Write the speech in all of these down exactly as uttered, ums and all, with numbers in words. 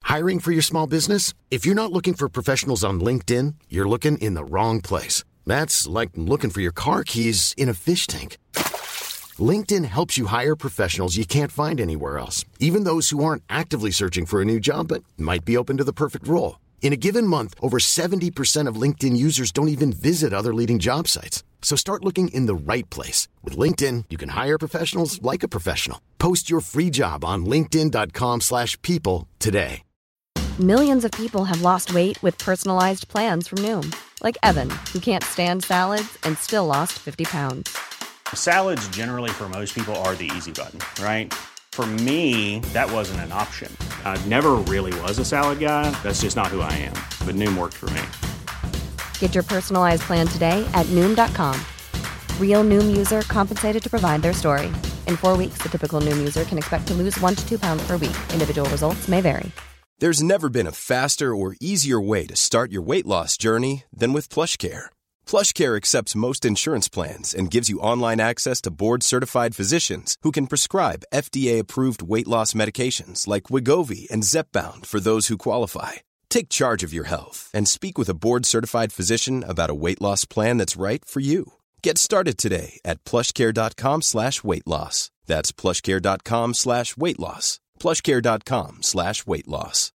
Hiring for your small business? If you're not looking for professionals on LinkedIn, you're looking in the wrong place. That's like looking for your car keys in a fish tank. LinkedIn helps you hire professionals you can't find anywhere else, even those who aren't actively searching for a new job but might be open to the perfect role. In a given month, over seventy percent of LinkedIn users don't even visit other leading job sites. So start looking in the right place. With LinkedIn, you can hire professionals like a professional. Post your free job on linkedin dot com slash people today. Millions of people have lost weight with personalized plans from Noom. Like Evan, who can't stand salads and still lost fifty pounds. Salads generally for most people are the easy button, right? For me, that wasn't an option. I never really was a salad guy. That's just not who I am. But Noom worked for me. Get your personalized plan today at Noom dot com. Real Noom user compensated to provide their story. In four weeks, the typical Noom user can expect to lose one to two pounds per week. Individual results may vary. There's never been a faster or easier way to start your weight loss journey than with PlushCare. PlushCare accepts most insurance plans and gives you online access to board-certified physicians who can prescribe F D A-approved weight loss medications like Wegovy and Zepbound for those who qualify. Take charge of your health and speak with a board-certified physician about a weight loss plan that's right for you. Get started today at plushcare.com slash weight loss. That's plushcare.com slash weight loss. plushcare.com slash weight loss.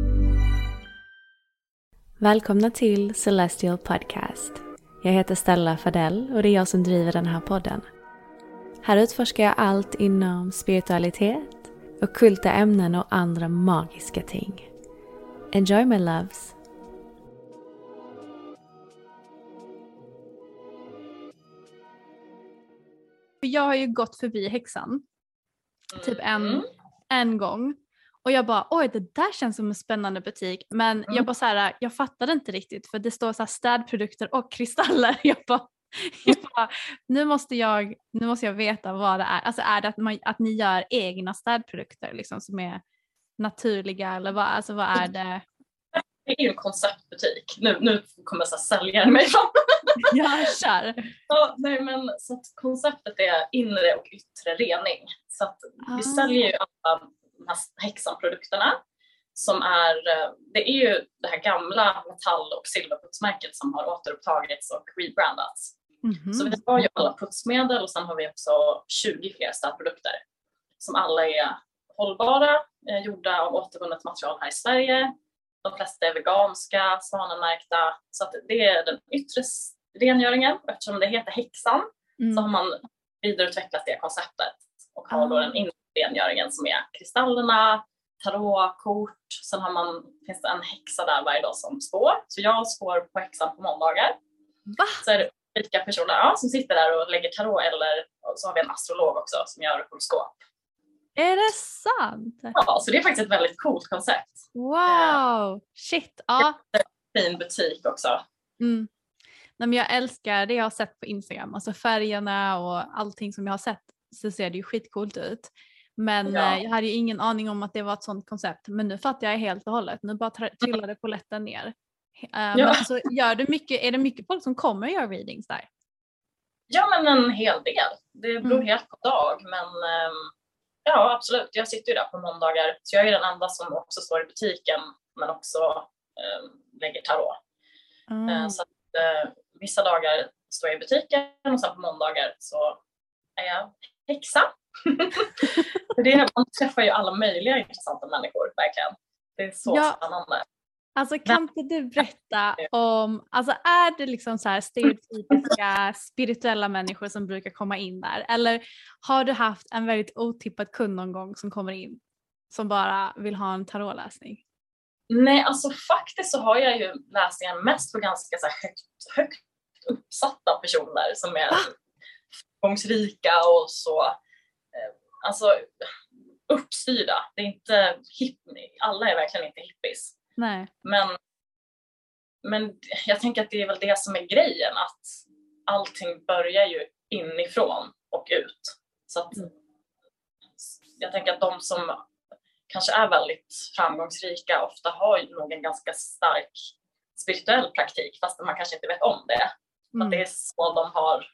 Välkomna till Celestial Podcast. Jag heter Stella Fadell och det är jag som driver den här podden. Här utforskar jag allt inom spiritualitet, ockulta ämnen och andra magiska ting. Enjoy my loves! Jag har ju gått förbi häxan typ en, en gång. Och jag bara, oj, det där känns som en spännande butik. Men mm. jag bara så här, jag fattade inte riktigt. För det står så här städprodukter och kristaller. Jag bara, jag bara nu, måste jag, nu måste jag veta vad det är. Alltså är det att, man, att ni gör egna städprodukter liksom, som är naturliga? Eller vad, alltså, vad är det? Det är ju en konceptbutik. Nu, nu kommer jag sälja mig fram. Ja, kör. Ja, nej, men, så att konceptet är inre och yttre rening. Så att ah. vi säljer ju alla de här häxanprodukterna. Som är, det är ju det här gamla metall- och silverputsmärket som har återupptagits och rebrandats. Mm-hmm. Så vi har ju alla putsmedel och sen har vi också tjugo fler städprodukter. Som alla är hållbara, eh, gjorda av återvunnet material här i Sverige. De flesta är veganska, svanenmärkta. Så att det är den yttre rengöringen. Och eftersom det heter häxan mm. så har man vidareutvecklat det konceptet. Och har då den inre rengöringen som är kristallerna, tarotkort. Sen har man, finns det en häxa där varje dag som spår. Så jag spår på häxan på måndagar. Va? Så är det olika personer ja, som sitter där och lägger tarot. Eller så har vi en astrolog också som gör horoskop. Är det sant? Ja, så det är faktiskt ett väldigt coolt koncept. Wow, shit. Ja. Fin butik också. Mm. Nej, men jag älskar det jag har sett på Instagram. Alltså färgerna och allting som jag har sett så ser det ju skitcoolt ut. Men ja. eh, jag hade ju ingen aning om att det var ett sånt koncept. Men nu fattar jag helt och hållet. Nu bara trillade polletten ner. Uh, ja. Men alltså, gör det mycket, är det mycket folk som kommer och gör readings där? Ja, men en hel del. Det beror mm. helt på dag. Men um, ja, absolut. Jag sitter ju där på måndagar. Så jag är den enda som också står i butiken. Men också um, lägger tarot. Mm. Uh, så att uh, vissa dagar står jag i butiken. Och sen på måndagar så är jag häxa. det är, man träffar ju alla möjliga intressanta människor, verkligen. Det är så ja. Spännande. Alltså kan inte du berätta om, alltså är det liksom så här stereotypiska spirituella människor som brukar komma in där? Eller har du haft en väldigt otippad kund någon gång som kommer in som bara vill ha en tarotläsning? Nej, alltså faktiskt så har jag ju läsningen mest för ganska så här högt, högt uppsatta personer som är framgångsrika och så alltså uppstyrda. Det är inte hipp, alla är verkligen inte hippies. Nej. Men, men jag tänker att det är väl det som är grejen, att allting börjar ju inifrån och ut. Så att mm. jag tänker att de som kanske är väldigt framgångsrika ofta har ju nog en ganska stark spirituell praktik, fast man kanske inte vet om det. Mm. Att det är så de har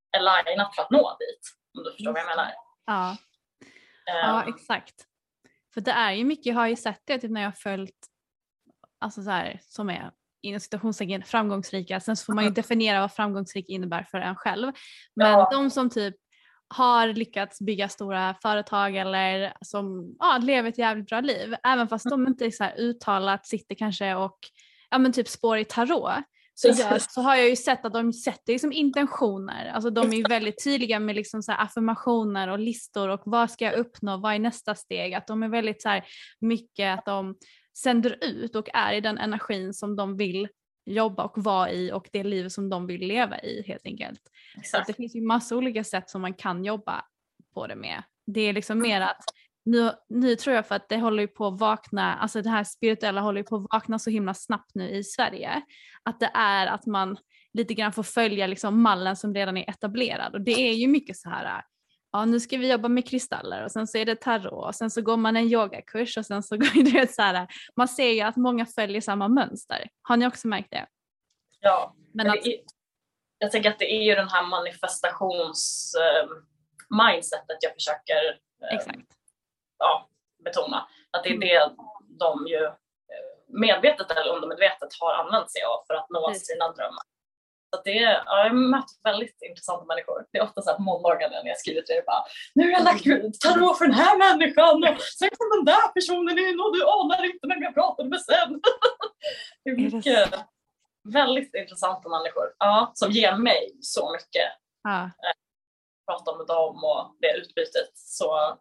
alignat för att nå dit, om du förstår mm. vad jag menar. Ja. Um, ja, exakt. För det är ju mycket, jag har ju sett det typ när jag har följt, alltså så här, som är inom citationstecken framgångsrika. Sen så får man ju definiera vad framgångsrik innebär för en själv. Men ja. de som typ har lyckats bygga stora företag eller som ja, lever ett jävligt bra liv, även fast de inte är så här uttalat sitter kanske och ja, men typ spår i tarot, så, gör, så har jag ju sett att de sätter liksom intentioner. Alltså de är ju väldigt tydliga med liksom så här affirmationer och listor och vad ska jag uppnå, vad är nästa steg. Att de är väldigt så här mycket att de sänder ut och är i den energin som de vill jobba och vara i och det liv som de vill leva i helt enkelt. Så att det finns ju massa olika sätt som man kan jobba på det med. Det är liksom mer att nu, nu tror jag för att det håller ju på att vakna, alltså det här spirituella håller ju på att vakna så himla snabbt nu i Sverige. Att det är att man lite grann får följa liksom mallen som redan är etablerad. Och det är ju mycket så här, ja nu ska vi jobba med kristaller och sen så är det tarot och sen så går man en yogakurs och sen så går det så här. Man ser ju att många följer samma mönster. Har ni också märkt det? Ja, men att, är, jag tänker att det är ju den här manifestations uh, mindsetet jag försöker uh, exakt. Ja, betona. Att det är det de ju medvetet eller undermedvetet har använt sig av för att nå Precis. sina drömmar. Så det är, ja, jag har mött väldigt intressanta människor. Det är ofta så här på måndagar när jag skriver till det bara, nu har jag lagt ut tarot för den här människan och sen kom den där personen in och du anar inte vem jag pratade med sen. Det är mycket, är det väldigt intressanta människor ja, som ger mig så mycket. Ja. Prata med dem och det utbytet så,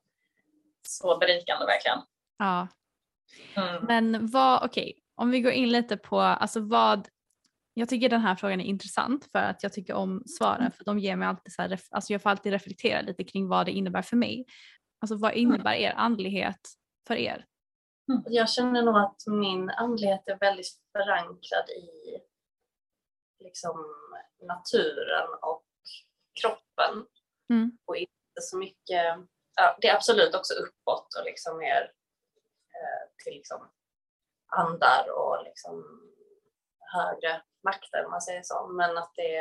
så berikande verkligen. Ja. Mm. Men vad, okej, okay, om vi går in lite på, alltså vad, jag tycker den här frågan är intressant för att jag tycker om svaren för de ger mig alltid så här, alltså jag får alltid reflektera lite kring vad det innebär för mig. Alltså vad innebär er andlighet för er? Mm. Jag känner nog att min andlighet är väldigt förankrad i liksom naturen och kroppen. Mm. Och inte så mycket, ja, det är absolut också uppåt och liksom mer eh, till liksom andar och liksom högre makter om man säger så, men att det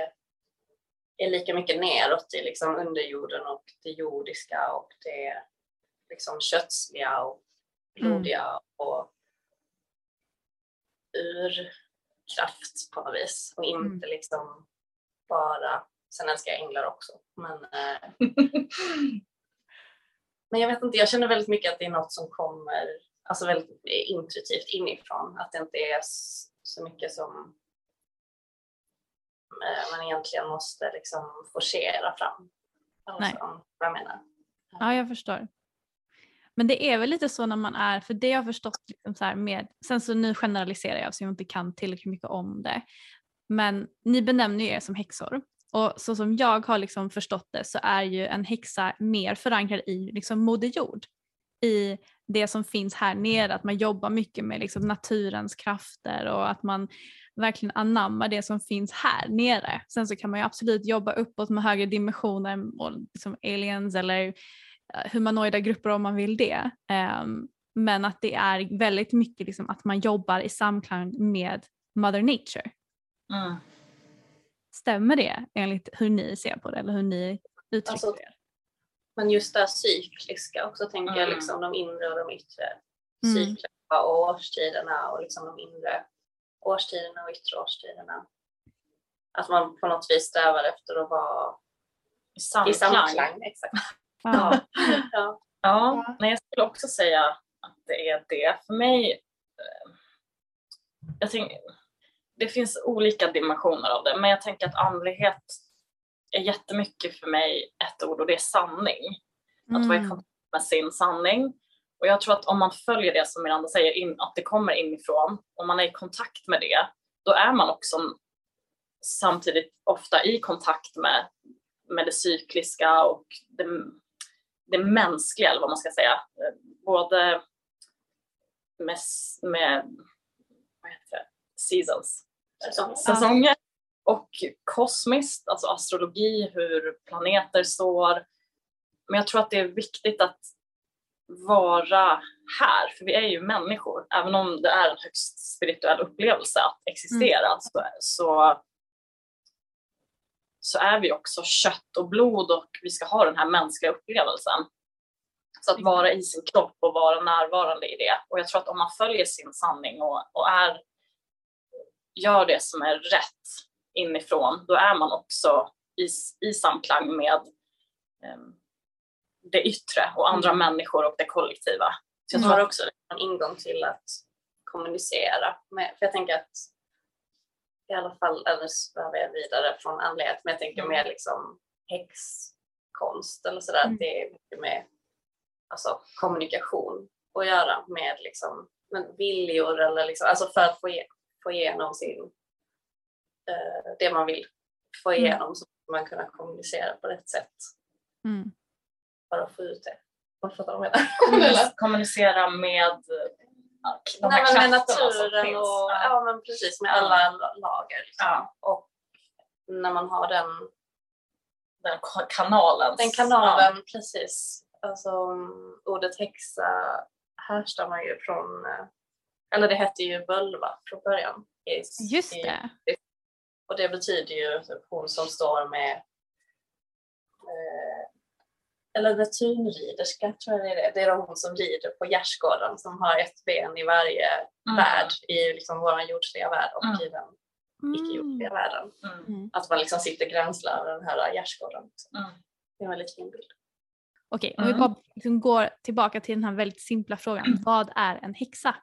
är lika mycket neråt i liksom underjorden och det jordiska och det liksom kötsliga och blodiga mm. och urkraft på något vis och inte mm. liksom bara, sen älskar jag änglar också men eh, men jag vet inte, jag känner väldigt mycket att det är något som kommer alltså väldigt intuitivt inifrån, att det inte är så mycket som man egentligen måste liksom forcera fram. Alltså, vad jag menar. Ja, jag förstår. Men det är väl lite så när man är, för det jag har förstått liksom så här med, sen så nu generaliserar jag så jag inte kan tillräckligt mycket om det. Men ni benämner ju er som häxor. Och så som jag har liksom förstått det så är ju en häxa mer förankrad i liksom Moder Jord. I det som finns här nere, att man jobbar mycket med liksom naturens krafter och att man verkligen anammar det som finns här nere. Sen så kan man ju absolut jobba uppåt med högre dimensioner och liksom aliens eller humanoida grupper om man vill det. Um, men att det är väldigt mycket liksom att man jobbar i samklang med Mother Nature. Mm. Stämmer det enligt hur ni ser på det eller hur ni uttrycker alltså, det? Men just det cykliska också tänker mm. jag liksom de inre och de yttre cyklerna mm. och årstiderna och liksom de inre årstiderna och yttre årstiderna. Att man på något vis strävar efter att vara i samklang. I samklang exakt. Ja. ja. ja, men jag skulle också säga att det är det. För mig, jag tänker, det finns olika dimensioner av det, men jag tänker att andlighet är jättemycket för mig ett ord och det är sanning. Mm. Att vara i kontakt med sin sanning. Och jag tror att om man följer det som Miranda säger, in, att det kommer inifrån, om man är i kontakt med det, då är man också samtidigt ofta i kontakt med, med det cykliska och det, det mänskliga, eller vad man ska säga. Både med, med vad heter det? Seasons, Säsong. säsonger och kosmiskt, alltså astrologi, hur planeter står. Men jag tror att det är viktigt att vara här, för vi är ju människor, även om det är en högst spirituell upplevelse att existera mm. så, så, så är vi också kött och blod och vi ska ha den här mänskliga upplevelsen. Så att vara i sin kropp och vara närvarande i det. Och jag tror att om man följer sin sanning och, och är, gör det som är rätt inifrån, då är man också i, i samklang med um, det yttre och andra mm. människor och det kollektiva. Så jag tror mm. också det är en ingång till att kommunicera med, för jag tänker att i alla fall, eller behöver jag vidare från andlighet, men jag tänker mm. mer liksom häxkonst eller sådär, mm. det är mycket med alltså, kommunikation att göra med liksom, men viljor eller liksom, alltså för att få, ge, få igenom sin uh, det man vill få igenom mm. så att man kunna kommunicera på rätt sätt. Mm. För att få ut det. Kommunicera, kommunicera med de här Nej, med naturen som finns. Och, ja, men precis med alla lager. Liksom. Ja. Och när man har den, den kanalen. Den kanalen, ja. Precis. Alltså, ordet häxa härstammar ju från, eller det hette ju völva från början. I, Just det. I, och det betyder ju hon som står med eh, eller naturriderska tror jag det är det. Det är hon som rider på gärdsgården som har ett ben i varje mm. värld i liksom vår jordsliga värld och mm. i den icke-jordsliga världen. Mm. Att man liksom sitter gränsla över den här gärdsgården. Mm. Det är en väldigt fin bild. Okej, okay, om mm. vi bara liksom går tillbaka till den här väldigt simpla frågan. Mm. Vad är en häxa?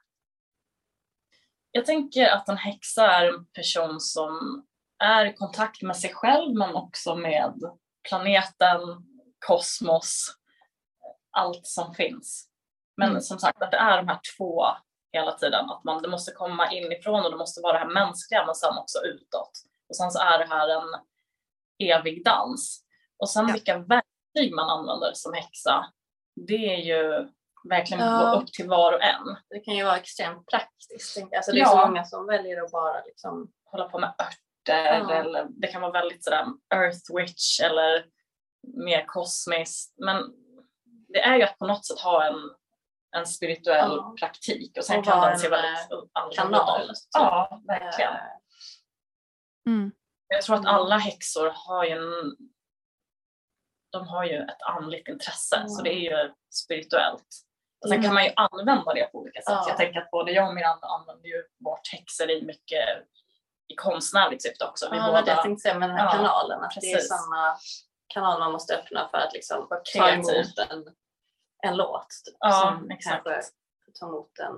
Jag tänker att en häxa är en person som är i kontakt med sig själv men också med planeten, kosmos, allt som finns. Men mm. som sagt att det är de här två hela tiden. Att man, det måste komma inifrån och det måste vara det här mänskliga men sen också utåt. Och sen så är det här en evig dans. Och sen ja. vilka verktyg man använder som häxa, det är ju verkligen ja. upp till var och en. Det kan ju vara extremt praktiskt. Alltså det är ja. så många som väljer att bara liksom hålla på med örter ja. eller det kan vara väldigt sådär earth witch eller mer kosmiskt, men det är ju att på något sätt ha en, en spirituell ja. praktik och sen och kan den se väldigt kanal. Ja, verkligen. Mm. Jag tror att alla häxor har ju en, de har ju ett andligt intresse, mm. så det är ju spirituellt. Och sen mm. kan man ju använda det på olika sätt. Ja. Jag tänker att både jag och min andra använder ju vårt häxeri mycket i konstnärligt syfte också. Vi ja, båda, det tänkte säga med den här ja, kanalen, att det är samma kanal man måste öppna för att liksom ta emot en, en låt. Typ, ja, som exakt. Kanske ta emot en,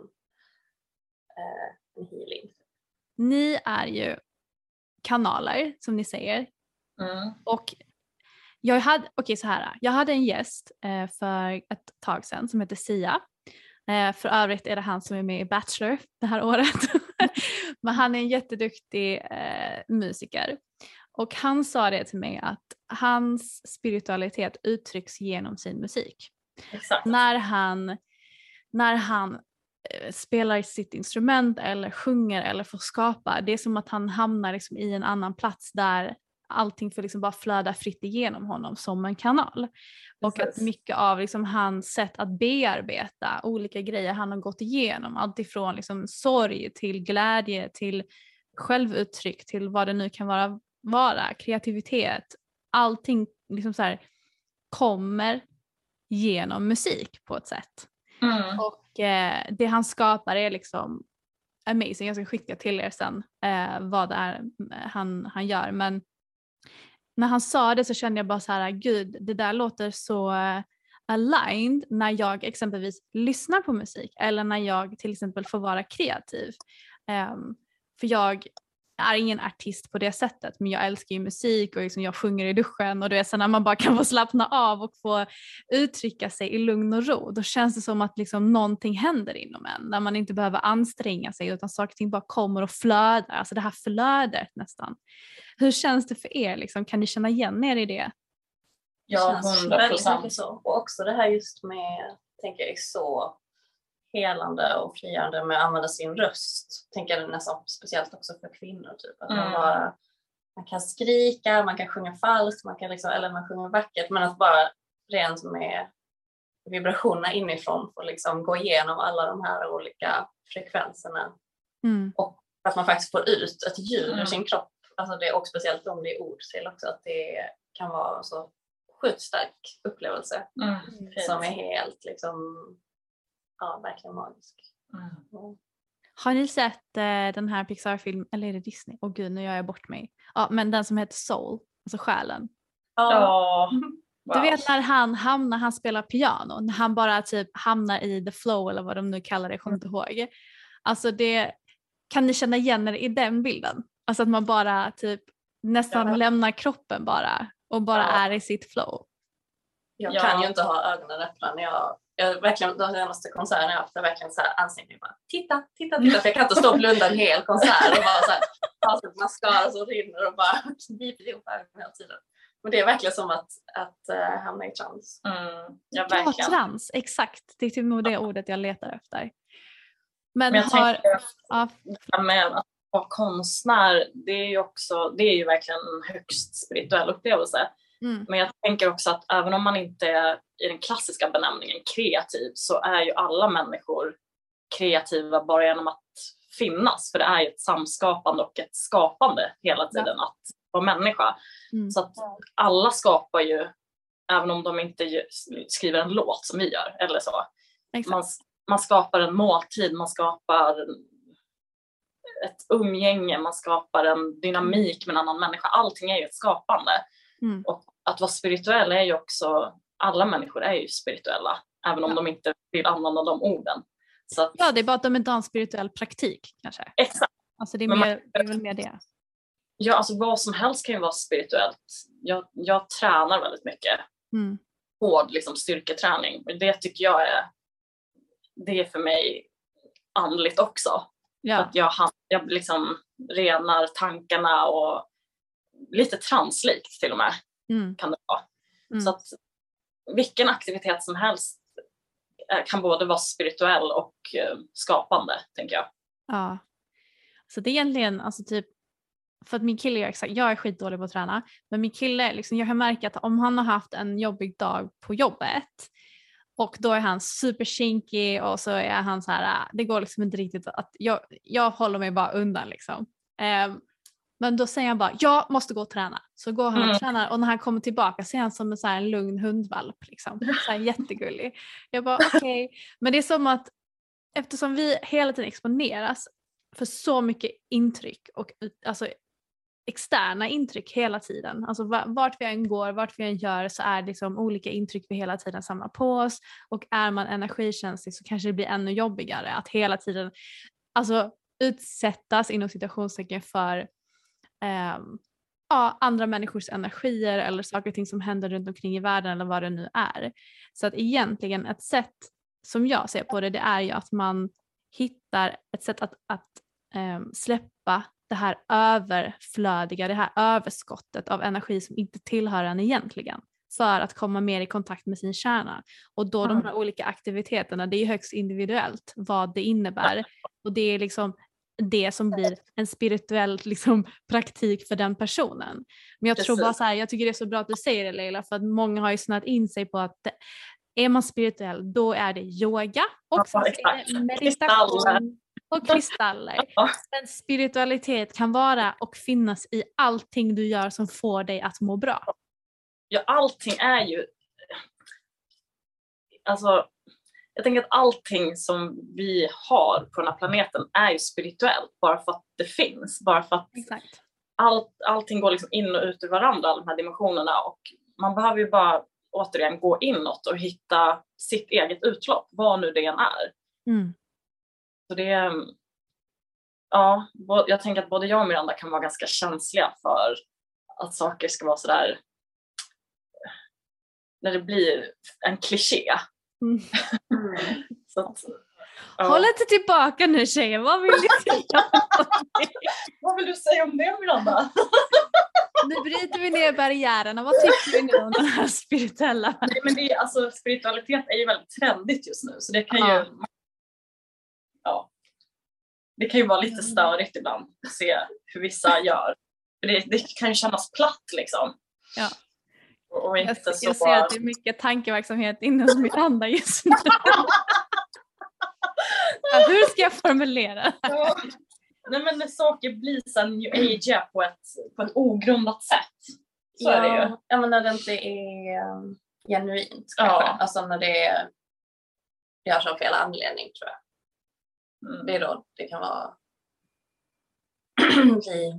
eh, en healing. Ni är ju kanaler, som ni säger. Mm. Och jag hade, okej så här, jag hade en gäst eh, för ett tag sedan som heter Sia. Eh, för övrigt är det han som är med i Bachelor det här året. Men han är en jätteduktig eh, musiker. Och han sa det till mig att hans spiritualitet uttrycks genom sin musik. Exakt. När han, när han eh, spelar sitt instrument eller sjunger eller får skapa, det är som att han hamnar liksom i en annan plats där allting får liksom bara flöda fritt igenom honom som en kanal. Och att mycket av liksom hans sätt att bearbeta olika grejer han har gått igenom, allt ifrån liksom sorg till glädje till självuttryck till vad det nu kan vara, vara kreativitet, allting liksom så här kommer genom musik på ett sätt. Mm. Och eh, det han skapar är liksom amazing. Jag ska skicka till er sen eh, vad det är han, han gör, men när han sa det så kände jag bara så här, gud, det där låter så uh, aligned när jag exempelvis lyssnar på musik eller när jag till exempel får vara kreativ. Um, för jag är ingen artist på det sättet, men jag älskar ju musik och liksom jag sjunger i duschen och det är så när man bara kan få slappna av och få uttrycka sig i lugn och ro, då känns det som att liksom någonting händer inom en, där man inte behöver anstränga sig utan saker och ting bara kommer och flödar, alltså det här flödet nästan. Hur känns det för er? Liksom? Kan ni känna igen er i det? Ja, hundra procent. Så. Och också det här just med, tänker jag, är så helande och frigörande med att använda sin röst. Tänker jag nästan speciellt också för kvinnor. Typ. Att mm. man, bara, man kan skrika, man kan sjunga falskt, man kan liksom, eller man sjunger vackert. Men att bara rent med vibrationerna inifrån får liksom gå igenom alla de här olika frekvenserna. Mm. Och att man faktiskt får ut ett ljud mm. ur sin kropp. Alltså det, och speciellt om det är ord till också, att det kan vara så sjukt stark upplevelse Mm. som är helt liksom, ja, verkligen magisk. Mm. Mm. Har ni sett eh, den här Pixar-filmen, eller är det Disney? Åh gud, nu gör jag bort mig. Ja, men den som heter Soul, alltså själen. Ja. Du vet när han hamnar, han spelar piano, när han bara typ hamnar i the flow eller vad de nu kallar det, jag kommer inte ihåg. Alltså det, kan ni känna igen er i den bilden? Alltså att man bara typ nästan Ja. lämnar kroppen bara och bara Ja. är i sitt flow. Jag Ja. kan ju inte ha ögonen öppna när jag, jag verkligen, de senaste konserterna jag haft, jag verkligen så här anstränger mig bara, titta, titta, titta, för jag kan inte stå och blunda en hel konsert och bara så här, ha så mascara som rinner och bara biper ihop ögonen hela tiden. Men det är verkligen som att, att uh, hamna i trans. Mm. Ja, Ja, verkligen. trans, exakt. Det är typ nog det ordet jag letar efter. Men, Men jag har... tänker Ja, det här med att vara konstnär, det är ju också, det är ju verkligen en högst spirituell upplevelse. mm, Men jag tänker också att även om man inte är i den klassiska benämningen kreativ, så är ju alla människor kreativa bara genom att finnas. För det är ju ett samskapande och ett skapande hela tiden att vara människa. mm. Så att alla skapar ju, även om de inte ju- skriver en låt som vi gör eller så. Exakt. Man, man skapar en måltid, man skapar ett umgänge, man skapar en dynamik med en annan människa. Allting är ju ett skapande. Mm. Och att vara spirituell är ju också, alla människor är ju spirituella, även om Ja. de inte vill använda de orden. Så att, Ja, det är bara att de inte har en spirituell praktik kanske. exakt. Alltså det är, Men man- mer, det är väl mer det. Ja, alltså vad som helst kan ju vara spirituellt. Jag, jag tränar väldigt mycket. Mm. Hård liksom, styrketräning. Och det tycker jag är, det är för mig andligt också. Ja. Att jag, han- jag liksom renar tankarna och lite translikt till och med Mm. kan det vara. Mm. Så att vilken aktivitet som helst eh, kan både vara spirituell och eh, skapande, tänker jag. Ja. Så det är egentligen, alltså typ, för att min kille gör exakt, jag är skitdålig på att träna, men min kille, liksom, jag kan märka att om han har haft en jobbig dag på jobbet och då är han superkinkig och så är han så här, äh, det går liksom inte riktigt att, jag, jag håller mig bara undan liksom. Ehm, men då säger han bara, jag måste gå och träna. Så går han och Mm. tränar och när han kommer tillbaka så är han som en, så här, en lugn hundvalp liksom. Så här, jättegullig. Jag bara okej, okay. Men det är som att eftersom vi hela tiden exponeras för så mycket intryck och alltså externa intryck hela tiden. Alltså vart vi än går, vart vi än gör så är det liksom olika intryck vi hela tiden samlar på oss. Och är man energikänslig så kanske det blir ännu jobbigare att hela tiden alltså utsättas inom citationstecken för um, ja, andra människors energier eller saker och ting som händer runt omkring i världen eller vad det nu är. Så att egentligen ett sätt som jag ser på det, det är ju att man hittar ett sätt att, att um, släppa det här överflödiga, det här överskottet av energi som inte tillhör en egentligen. För att komma mer i kontakt med sin kärna. Och då Mm. de här olika aktiviteterna, det är högst individuellt vad det innebär. Och det är liksom det som blir en spirituell liksom, praktik för den personen. Men jag tror Precis. bara så här, jag tycker det är så bra att du säger det Leila, för att många har ju snöat in sig på att är man spirituell då är det yoga och Ja, sen är exakt. det meditation Kristaller. och kristaller. Ja. Men spiritualitet kan vara och finnas i allting du gör som får dig att må bra. Ja, allting är ju, alltså jag tänker att allting som vi har på den här planeten är ju spirituellt bara för att det finns, bara för att Exakt. allt, allting går liksom in och ut ur varandra, alla de här dimensionerna, och man behöver ju bara återigen gå inåt och hitta sitt eget utlopp, vad nu det än är. Mm. Så det är, ja, jag tänker att både jag och Miranda kan vara ganska känsliga för att saker ska vara sådär, när det blir en kliché. Mm. Så att, ja. Håll inte tillbaka nu tjejer, vad vill du säga? Vad vill du säga om det, Miranda? Nu bryter vi ner barriärerna, vad tycker du nu om den här spirituella? Nej, men det är, alltså, spiritualitet är ju väldigt trendigt just nu, så det kan Ja. ju ja, det kan ju vara lite störigt ibland att se hur vissa gör. För det, det kan ju kännas platt liksom. Ja. Och, och Jag, inte så... jag ser att det är mycket tankeverksamhet inom Miranda just nu. Ja, hur ska jag formulera? Ja. Nej, men när saker blir så new age på ett, på ett ogrundat sätt. Så ja, är det ju. Ja, men när det inte är um, genuint kanske. Ja. Alltså när det är, görs av fel anledning tror jag. Mm. Det är då det kan vara bli...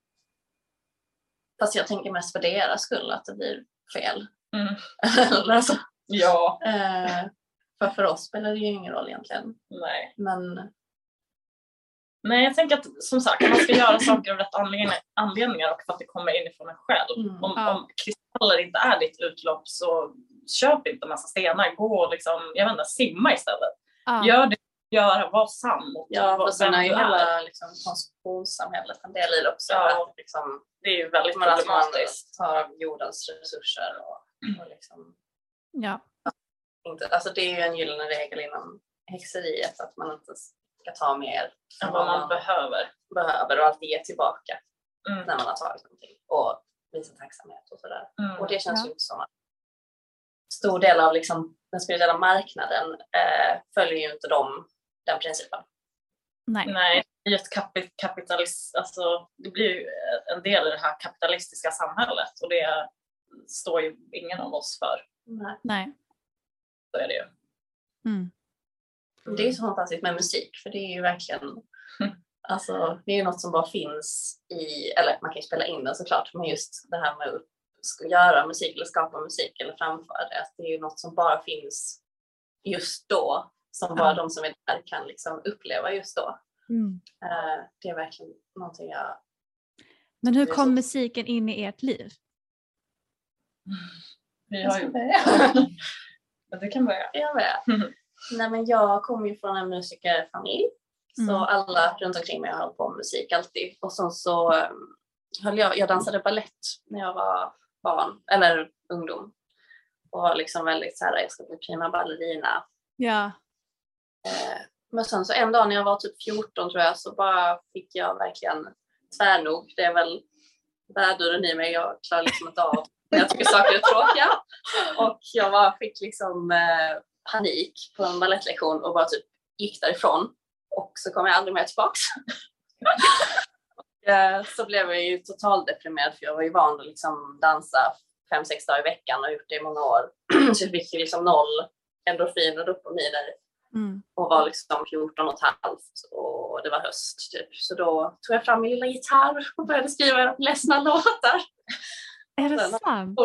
Fast jag tänker mest för deras skull att det blir fel. Mm. alltså, Ja. eh, för för oss spelar det ju ingen roll egentligen. Nej. Men Nej, jag tänker att som sagt man ska göra saker av rätt anledningar, anledningar och för att det kommer inifrån en själv. Mm. Om, Ja. om kristaller inte är ditt utlopp så köp inte en massa stenar. Gå och liksom, jag vet inte, simma istället. Ja. Gör det, gör, var sann mot ja, vad- och sen vem är ju du är. hela liksom, konsumtionssamhället en del i det också. Ja. Att, liksom, Det är ju väldigt men att man problematiskt. tar jordens resurser och, och liksom, Ja. inte, alltså det är ju en gyllene regel inom häxeriet att man inte ska ta mer Än vad man behöver. behöver och alltid ge tillbaka Mm. när man har tagit någonting och visa tacksamhet och sådär. Mm. Och det känns Ja. ju inte som att stor del av liksom, den spirituella marknaden eh, följer ju inte dem, den principen. Nej. Nej, det är ju ett kapit- kapitalist, alltså det blir ju en del i det här kapitalistiska samhället och det står ju ingen av oss för. Nej. Nej. Så är det ju. Mm. Det är ju så fantastiskt med musik för det är ju verkligen alltså, det är ju något som bara finns i, eller man kan ju spela in det såklart, men just det här med att sk- göra musik eller skapa musik eller framföra det, att det är ju något som bara finns just då, som bara Ja. de som är där kan liksom uppleva just då. Mm. Eh, det är verkligen någonting jag... Men hur Det är kom så. musiken in i ert liv? Vi har ju... Men du kan börja. Jag vet. Mm. Nej, men jag kommer ju från en musikerfamilj. Så Mm. alla runt omkring mig har hållit på med musik alltid. Och sen så um, höll jag, jag dansade ballett när jag var barn, eller ungdom. Och var liksom väldigt så här, jag ska bli prima ballerina. Ja. Eh, men sen så en dag när jag var typ fjorton tror jag, så bara fick jag verkligen tvärnog. Det är väl värduren i mig, jag klarar liksom inte av när jag tycker saker är tråkiga. Och jag bara fick liksom eh, panik på en ballettlektion och bara typ gick därifrån. Och så kom jag aldrig mer tillbaks. och, eh, så blev jag ju totalt deprimerad för jag var ju van att liksom dansa fem, sex dagar i veckan och gjort det i många år. Så jag fick ju liksom noll endorfiner och dopaminer. Mm. Och var liksom fjorton och ett halvt och det var höst typ. Så då tog jag fram min lilla gitarr och började skriva ledsna låtar. Är det Sen- sant?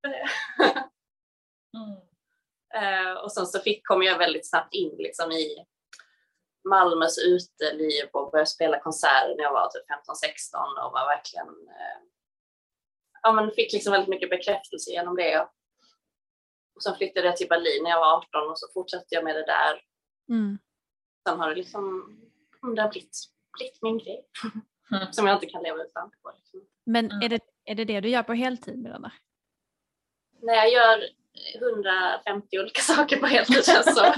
Mm. Eh, och sen så fick, kom jag väldigt snabbt in liksom i Malmös uteliv och började spela konserter när jag var typ femton sexton och var verkligen eh, ja, men fick liksom väldigt mycket bekräftelse genom det. Och sen flyttade jag till Berlin när jag var arton och så fortsatte jag med det där. Mm. Sen har det liksom det har blivit, blivit min grej Mm. som jag inte kan leva utan på. Liksom. Men Mm. är, det, är det det du gör på heltid, Miranda? När jag gör hundrafemtio olika saker på heltid känns så.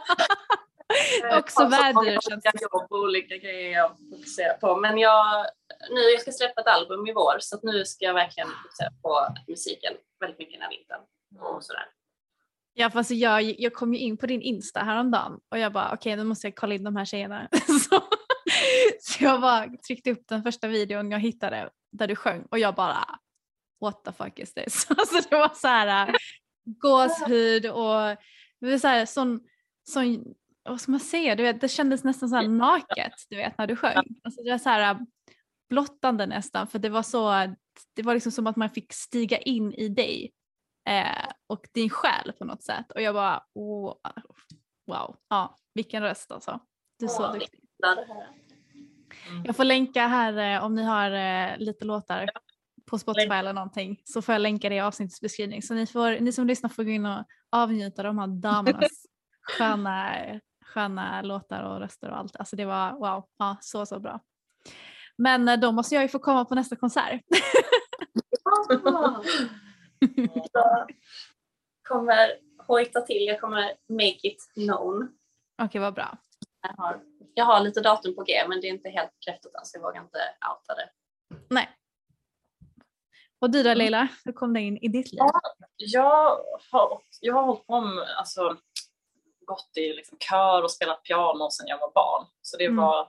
Också Jag har så värd, många känns olika jobb och olika grejer jag fokuserar på. Men jag, nu jag ska släppa ett album i vår så att nu ska jag verkligen fokusera på musiken väldigt mycket den här vintern. Och sådär. Ja, fast jag, jag kom ju in på din Insta häromdagen och jag bara okej, okay, nu måste jag kolla in de här tjejerna. så, så jag bara tryckte upp den första videon jag hittade där du sjöng och jag bara what the fuck is this? Alltså det var så här äh, gåshud och det var så här sån, sån vad ska man säga, du vet, det kändes nästan så här naket, du vet, när du sjöng. Alltså det var så här blottande nästan, för det var så, det var liksom som att man fick stiga in i dig eh, och din själ på något sätt. Och jag bara, oh, wow, ja, vilken röst alltså. Du är så Ja, duktig. det här. Jag får länka här eh, om ni har eh, lite låtar på Spotify Länk. eller någonting, så får jag länka det i avsnittets beskrivning. Så ni, får, ni som lyssnar får gå in och avnjuta de här damernas sköna, sköna låtar och röster och allt. Alltså det var wow, ja, så så bra. Men eh, då måste jag ju få komma på nästa konsert. Ah. Jag kommer hojta till, jag kommer make it known. Okej, vad bra. Jag har, jag har lite datum på G men det är inte helt bekräftat än så jag vågar inte outa det. Nej. Och du då Leila, hur kom det in i ditt liv? Ja, jag har, jag har hållit på med, alltså, gått i liksom kör och spelat piano sedan jag var barn. Så det Mm. var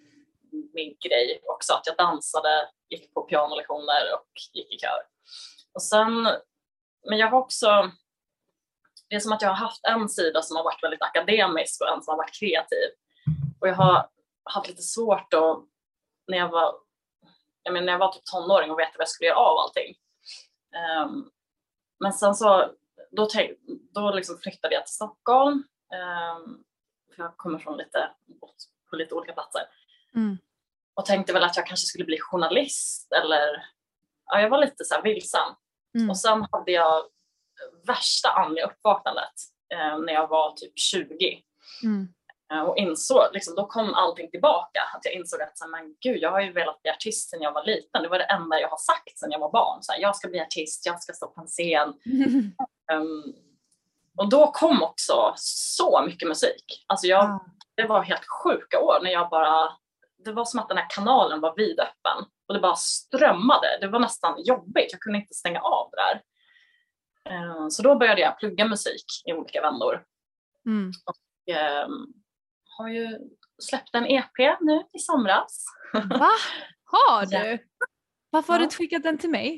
min grej också, att jag dansade, gick på pianolektioner och gick i kör. Och sen, men jag har också, det är som att jag har haft en sida som har varit väldigt akademisk och en som har varit kreativ. Och jag har haft lite svårt att, när jag var, jag menar, när jag var typ tonåring och veta vad jag skulle göra av allting. Um, men sen så, då, tänk, då liksom flyttade jag till Stockholm. Um, för jag kommer från lite, på lite olika platser. Mm. Och tänkte väl att jag kanske skulle bli journalist eller, ja, jag var lite så här vilsam. Mm. Och sen hade jag värsta andliga uppvaknandet eh, när jag var typ tjugo. Mm. Eh, och insåg, liksom, då kom allting tillbaka. Att jag insåg att så här, men gud, jag har ju velat bli artist sedan jag var liten. Det var det enda jag har sagt sedan jag var barn. Så här, jag ska bli artist, jag ska stå på en scen. Mm. Um, och då kom också så mycket musik. Alltså jag, mm. det var helt sjuka år när jag bara, det var som att den här kanalen var vidöppen. Och det bara strömmade. Det var nästan jobbigt. Jag kunde inte stänga av det där. Så då började jag plugga musik i olika vändor. Mm. Och eh, har ju släppt en E P nu i somras. Va? Har du? Ja. Varför har ja. du skickat den till mig?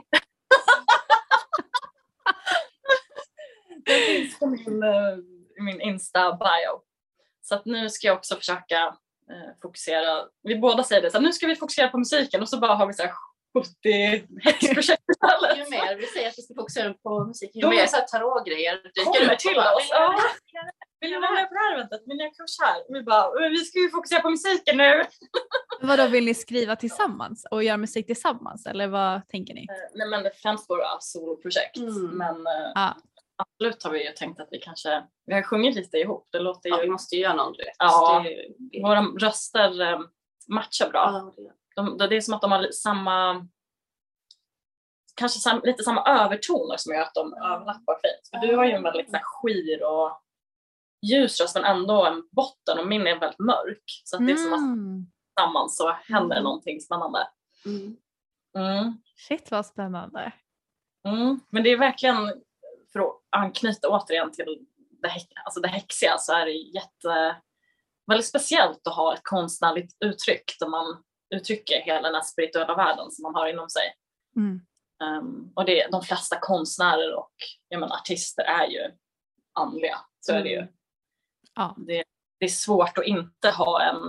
Det finns på min, min Insta-bio. Så att nu ska jag också försöka eh, fokusera. Vi båda säger det. Så nu ska vi fokusera på musiken. Och så bara har vi så här sjuttio häxprojekt. Ju mer vi säger att vi ska fokusera på musiken, ju mer så här tarotgrejer dyker upp till oss. Ja. Vill du vara med på det här eventet? Min nya kurs här. Vi bara, vi ska ju fokusera på musiken nu. Vadå, vill ni skriva tillsammans och göra musik tillsammans? Eller vad tänker ni? Nej, men det främst våra soloprojekt. Mm. Men ah. absolut har vi ju tänkt att vi kanske, vi har sjungit lite ihop. Det låter ju, ja, vi måste ju göra någon rätt. Ja, det, det. Våra röster matchar bra. Ja, det. De, det är som att de har samma, kanske sam, lite samma övertoner som gör att de överlappar fint. För du har ju en väldigt så här, skir och ljus röst men ändå en botten och min är väldigt mörk. Så att det är som att tillsammans så händer mm. någonting spännande. Mm. Mm. Shit vad spännande. Mm. Men det är verkligen, för att anknyta återigen till det, alltså det häxiga, så är det jätte, väldigt speciellt att ha ett konstnärligt uttryck där man uttrycker hela den här spirituella världen som man har inom sig. Mm. Um, och det, de flesta konstnärer och jag menar, artister är ju andliga, så är det ju. Ja. Det, det är svårt att inte ha en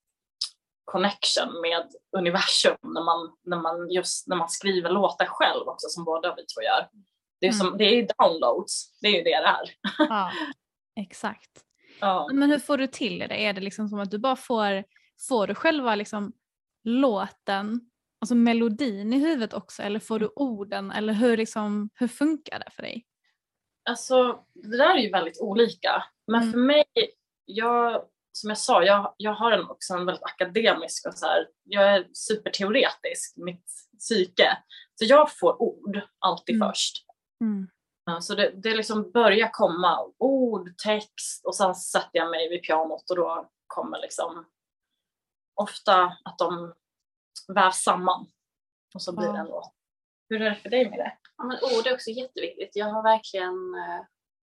connection med universum när man, när man, just, när man skriver låtar själv också, som båda vi två gör. Det är, som, mm. det är downloads, det är ju det det är. Ja, exakt. Ja. Men hur får du till det? Är det liksom som att du bara får, får du själva liksom låten, alltså melodin i huvudet också, eller får du orden, eller hur, liksom, hur funkar det för dig? Alltså, det där är ju väldigt olika. Men mm. för mig, jag, som jag sa, jag, jag har en, också en väldigt akademisk och så här, jag är superteoretisk, mitt psyke. Så jag får ord alltid mm. först. Mm. Så det, det liksom börjar komma ord, text och sen sätter jag mig vid pianot och då kommer liksom ofta att de vävs samman och så blir ja. det en låt. Hur är det för dig med det? Ja, men ord är också jätteviktigt. Jag har verkligen eh,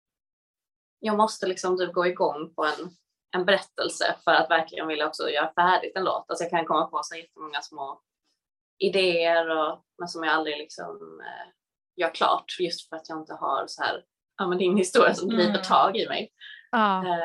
jag måste liksom typ gå igång på en, en berättelse för att verkligen vilja också göra färdigt en låt. Alltså jag kan komma på så jättemånga små idéer och, men som jag aldrig liksom eh, gör klart, just för att jag inte har så här, ja men det är en historia som griper mm. tag i mig. Ja. Eh,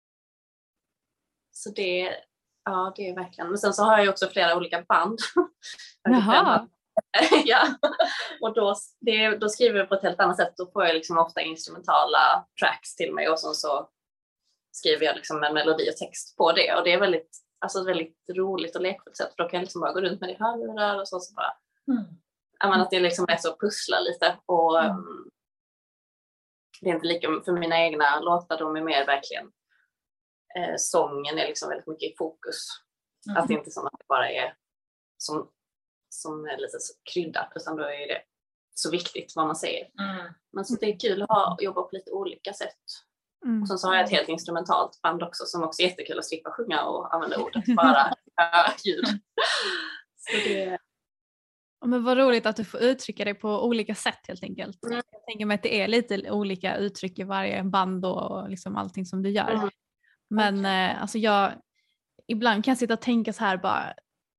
så det, ja det är verkligen, men sen så har jag ju också flera olika band. Jaha. Ja, och då, det, då skriver jag på ett helt annat sätt. Då får jag liksom ofta instrumentala tracks till mig och så, så skriver jag liksom en melodi och text på det. Och det är väldigt, alltså ett väldigt roligt och lekfullt sätt, för då kan jag liksom bara gå runt med det i hörlurar och så, så bara mm. jag menar, att det liksom är så att pussla lite. Och mm. um, det är inte lika för mina egna låtar, de är mer verkligen eh, sången är liksom väldigt mycket i fokus. Mm. Att det inte är som att det bara är som som är lite så kryddat, utan då är det så viktigt vad man säger. Mm. Men så det är kul att ha, jobba på lite olika sätt. Mm. Och sen så har jag ett helt instrumentalt band också, som också är jättekul att slippa sjunga och använda ordet, bara äh, ljud. Så det... Men vad roligt att du får uttrycka dig på olika sätt helt enkelt. Mm. Jag tänker mig att det är lite olika uttryck i varje band och liksom allting som du gör. Mm. Men okay. eh, alltså jag, ibland kan jag sitta och tänka så här bara,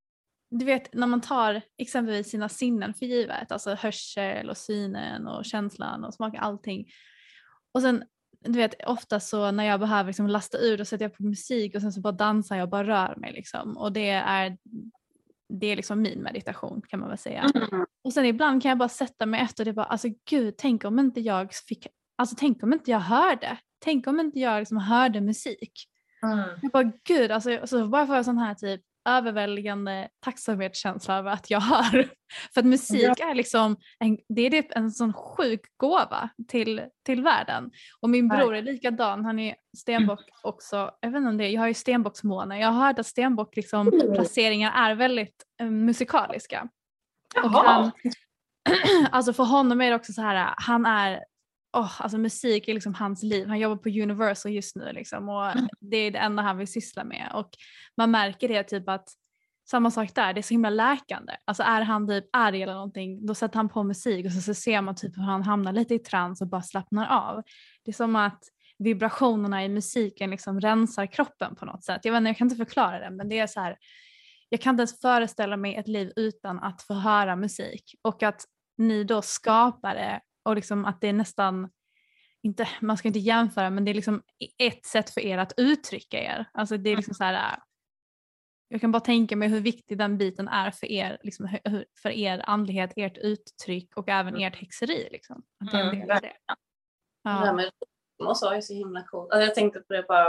du vet när man tar exempelvis sina sinnen för givet, alltså hörsel och synen och känslan och smak, allting. Och sen, du vet, ofta så när jag behöver liksom lasta ur, då sätter jag på musik och sen så bara dansar jag och bara rör mig liksom. Och det är, det är liksom min meditation kan man väl säga. Mm. Och sen ibland kan jag bara sätta mig efter det bara, alltså gud, tänk om inte jag fick, alltså tänk om inte jag hörde. Tänk om inte jag liksom hörde musik. Mm. Jag bara gud, alltså så bara får jag sån här typ överväldigande tacksamhetskänsla över att jag hör. För att musik ja. är liksom en, det är typ en sån sjuk gåva till, till världen. Och min bror är likadan, han är stenbock också. Jag vet inte om det, jag har ju stenbocksmåne. Jag har hört att stenbock liksom placeringar är väldigt eh, musikaliska. Jaha. Och han, alltså för honom är det också så här, han är Oh, alltså musik är liksom hans liv. Han jobbar på Universal just nu liksom, och mm. det är det enda han vill syssla med. Och man märker det typ att samma sak där, det är så himla läkande. Alltså är han typ arg eller någonting, då sätter han på musik och så, så ser man typ hur han hamnar lite i trans och bara slappnar av. Det är som att vibrationerna i musiken liksom rensar kroppen på något sätt. Jag vet inte, jag kan inte förklara det, men det är så här, jag kan inte ens föreställa mig ett liv utan att få höra musik. Och att ni då skapar det. Och liksom att det är nästan, inte, man ska inte jämföra, men det är liksom ett sätt för er att uttrycka er. Alltså det är liksom så här, jag kan bara tänka mig hur viktig den biten är för er, liksom, för er andlighet, ert uttryck och även ert häxeri. Liksom. Att det är en del av det. Ja. Det här med ritm och så är så himla coolt. Alltså jag tänkte på det bara,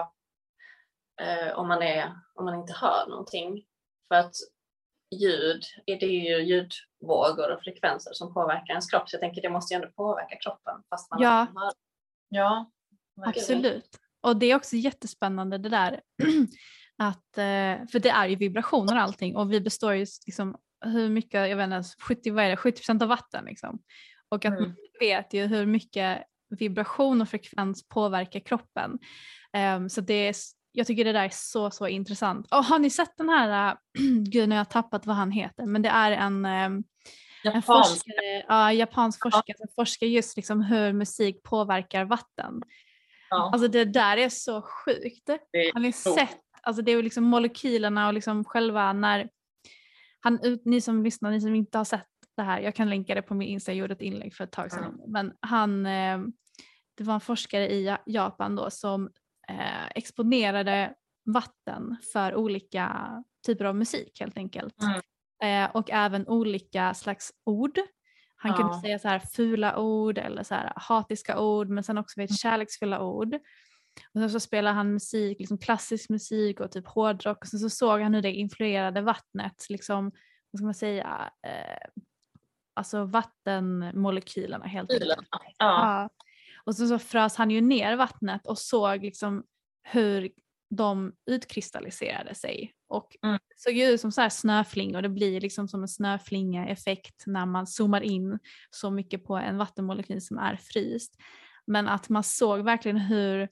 eh, om, man är, om man inte hör någonting. För att ljud, det är ju ljudvågor och frekvenser som påverkar ens kropp. Så jag tänker det måste ju ändå påverka kroppen fast man ja. hör. Ja, absolut. Och det är också jättespännande det där att, för det är ju vibrationer och allting, och vi består ju liksom hur mycket, jag vet inte, sjuttio, vad är det, sjuttio procent av vatten liksom. Och att mm. man vet ju hur mycket vibration och frekvens påverkar kroppen. Um, så det är, jag tycker det där är så så intressant. Och har ni sett den här, gud nu har jag tappat vad han heter, men det är en, um, en forskare, uh, japansk forskare ja. som forskar just liksom hur musik påverkar vatten. Ja. Alltså det där är så sjukt. Har ni sett, alltså det är liksom molekylerna och liksom själva när han, ni som lyssnar, ni som inte har sett det här, jag kan länka det på min Insta, jag gjorde ett inlägg för ett tag sedan. Mm. Men han, det var en forskare i Japan då som eh, exponerade vatten för olika typer av musik helt enkelt. Mm. Eh, och även olika slags ord. Han ja. kunde säga så här fula ord eller så här hatiska ord, men sen också vet kärleksfulla ord. Och så spelar han musik, liksom klassisk musik och typ hårdrock, och så, så såg han hur det influerade vattnet, liksom, vad ska man säga, eh, alltså vattenmolekylerna helt enkelt. Ja. Ja. Och så, så frös han ju ner vattnet och såg liksom hur de utkristalliserade sig och mm. såg ju ut som så här snöflingor. Det blir liksom som en snöflinga-effekt när man zoomar in så mycket på en vattenmolekyl som är fryst. Men att man såg verkligen hur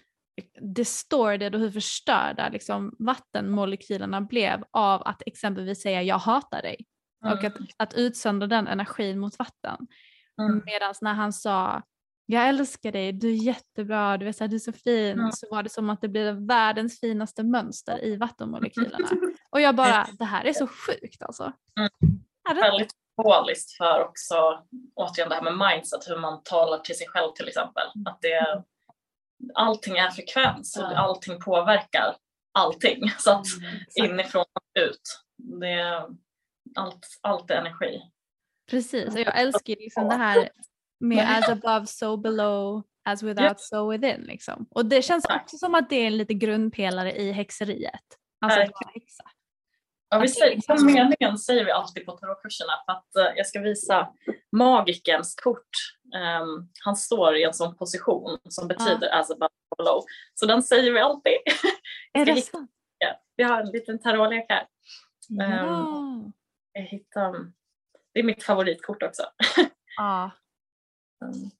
distorted och hur förstörda liksom vattenmolekylerna blev av att exempelvis säga jag hatar dig. Mm. Och att, att utsöndra den energin mot vatten. Mm. Medan när han sa jag älskar dig, du är jättebra, du är så, här, du är så fin. Mm. Så var det som att det blev världens finaste mönster i vattenmolekylerna. Och jag bara, det här är så sjukt alltså. Mm. Är det? Väldigt symboliskt för också, återigen det här med mindset, hur man talar till sig själv till exempel. Att det, allting är frekvens och allting påverkar allting. Så att mm, inifrån och ut, det, allt, allt är energi. Precis, och jag älskar liksom det här med as above, so below, as without, yeah. so within. Liksom. Och det känns också som att det är en lite grundpelare i häxeriet. Alltså att kunna häxa. Ja, vi säger, den meningen säger vi alltid på tarotkurserna för att uh, jag ska visa magikerns kort. Um, han står i en sån position som betyder ja. as above, so below. Så den säger vi alltid. Är det så? Ja, vi har en liten tarotlek här. Ja. Um, jag hittar, det är mitt favoritkort också. Ja. Mm.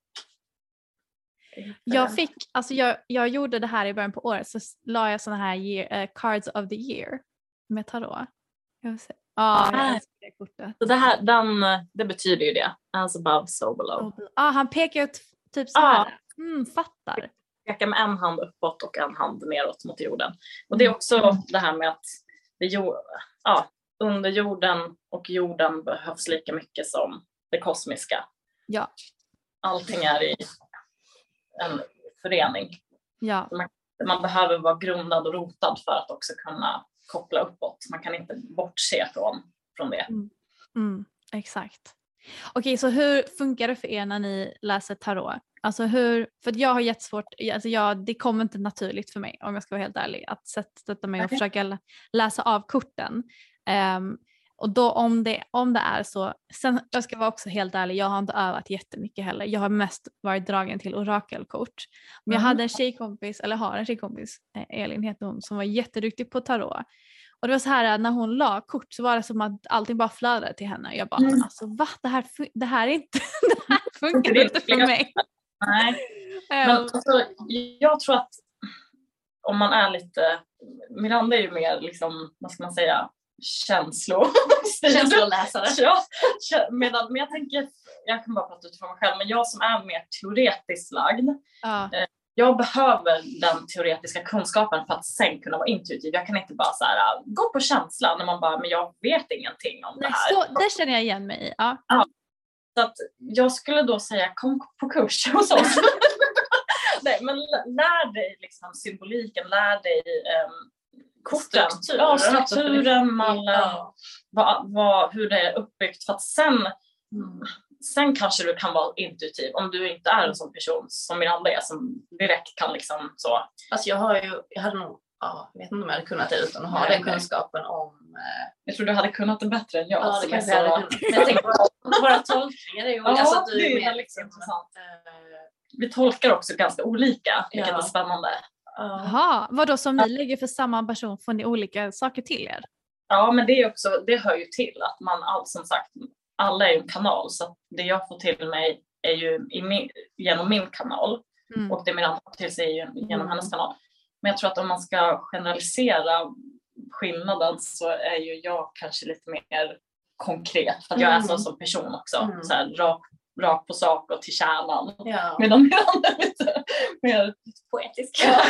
Jag fick, alltså jag, jag gjorde det här i början på året, så la jag såna här year, uh, cards of the year med tarot. Jag vill se. Ja, jag älskar det kortet. Så det här, den, det betyder ju det. As above, so below. Ja, ah, han pekar ut typ så här. Ah. Mm, fattar. Pekar med en hand uppåt och en hand neråt mot jorden. Och det är också mm. det här med att det, ja, underjorden och jorden behövs lika mycket som det kosmiska. Ja. Allting är i en förening. Ja. Man, man behöver vara grundad och rotad för att också kunna koppla uppåt. Man kan inte bortse från, från det. Mm. Mm, exakt. Okej, så hur funkar det för er när ni läser tarot? Alltså hur, för jag har jättesvårt, alltså jag, det kommer inte naturligt för mig om jag ska vara helt ärlig att sätta mig och Okay. försöka läsa av korten. Um, och då om det, om det är så, sen jag ska vara också helt ärlig, jag har inte övat jättemycket heller. Jag har mest varit dragen till orakelkort. Men jag Mm. hade en tjejkompis, eller har en tjejkompis, Elin heter hon, som var jätteduktig på tarot. Och det var så här när hon la kort så var det som att allting bara flödade till henne. Jag bara, mm. alltså va? Det här, det här, är inte, det här funkar det inte för mig. Nej, men alltså, jag tror att om man är lite, Miranda är ju mer liksom, vad ska man säga, känslo. känsloläsare. Ja, medan, men jag tänker, jag kan bara prata utifrån mig själv, men jag som är mer teoretiskt lagd, ja. Jag behöver den teoretiska kunskapen för att sen kunna vara intuitiv. Jag kan inte bara så här, gå på känslan när man bara, men jag vet ingenting om Nej, det här. Så, det känner jag igen mig i. Ja. Ja. Så att jag skulle då säga, kom på kurs hos oss. Nej, men lär dig liksom symboliken, lär dig um, korten. Struktur. Ja, strukturen, mallen, ja. vad, vad, hur det är uppbyggt. För att sen, mm. sen kanske du kan vara intuitiv om du inte är en sån person som Miranda är som direkt kan liksom så. Alltså jag har ju, jag hade nog, ja, jag vet inte om jag hade kunnat det utan att ha nej, den nej. kunskapen om... Eh, jag tror du hade kunnat det bättre än jag. Ja, det kanske jag hade kunnat. Men jag tänker på våra tolkningar är ju ja, alltså, du det är mer, liksom intressant. Eh, vi tolkar också ganska olika, vilket ja. är spännande. Jaha, vadå som ni lägger för samma person får ni olika saker till er? Ja, men det är också, det hör ju till att man, allt som sagt, alla är ju en kanal, så att det jag får till mig är ju i min, genom min kanal mm. och det Miranda får till sig är ju genom mm. hennes kanal. Men jag tror att om man ska generalisera skillnaden så är ju jag kanske lite mer konkret, för att jag är så som person också, mm. så här, rak, rak på sak och till kärnan. Ja. Medan Miranda är lite mer poetisk. Ja.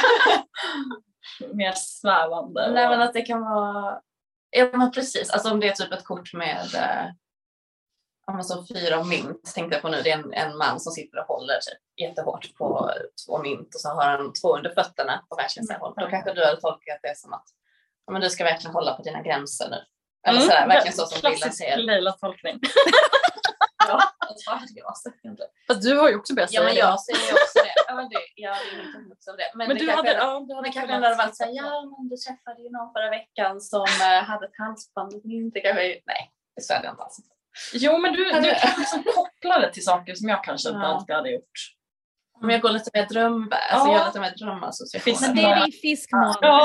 mer svävande. Nej, men att det kan vara, ja men precis, alltså om det är typ ett kort med om så fyra mynt, tänkte jag på nu, det är en, en man som sitter och håller typ jättehårt på två mynt och så har han två under fötterna på varsin mm. håll. Då kanske du hade tolkat det som att ja, men du ska verkligen hålla på dina gränser nu. Eller mm. sådär, verkligen så som bilden ser. Klassisk Leila-tolkning. Ja, jag tror jag inte. Fast du har ju också börjat säga ja, men jag säger ju också det. Ja, men det, jag är inte också det. Men, men det du kanske, hade, ja, du hade men kanske hade varit så här, ja men du träffade ju någon förra veckan som uh, hade ett halsband och inte kanske, nej, det så är det inte alls. Jo, men du, du kan liksom koppla det till saker som jag kanske inte ja. alltid hade gjort. Men jag går lite mer dröm, alltså ja. jag har lite mer drömassociationer. Men det är din fiskmål. Ja.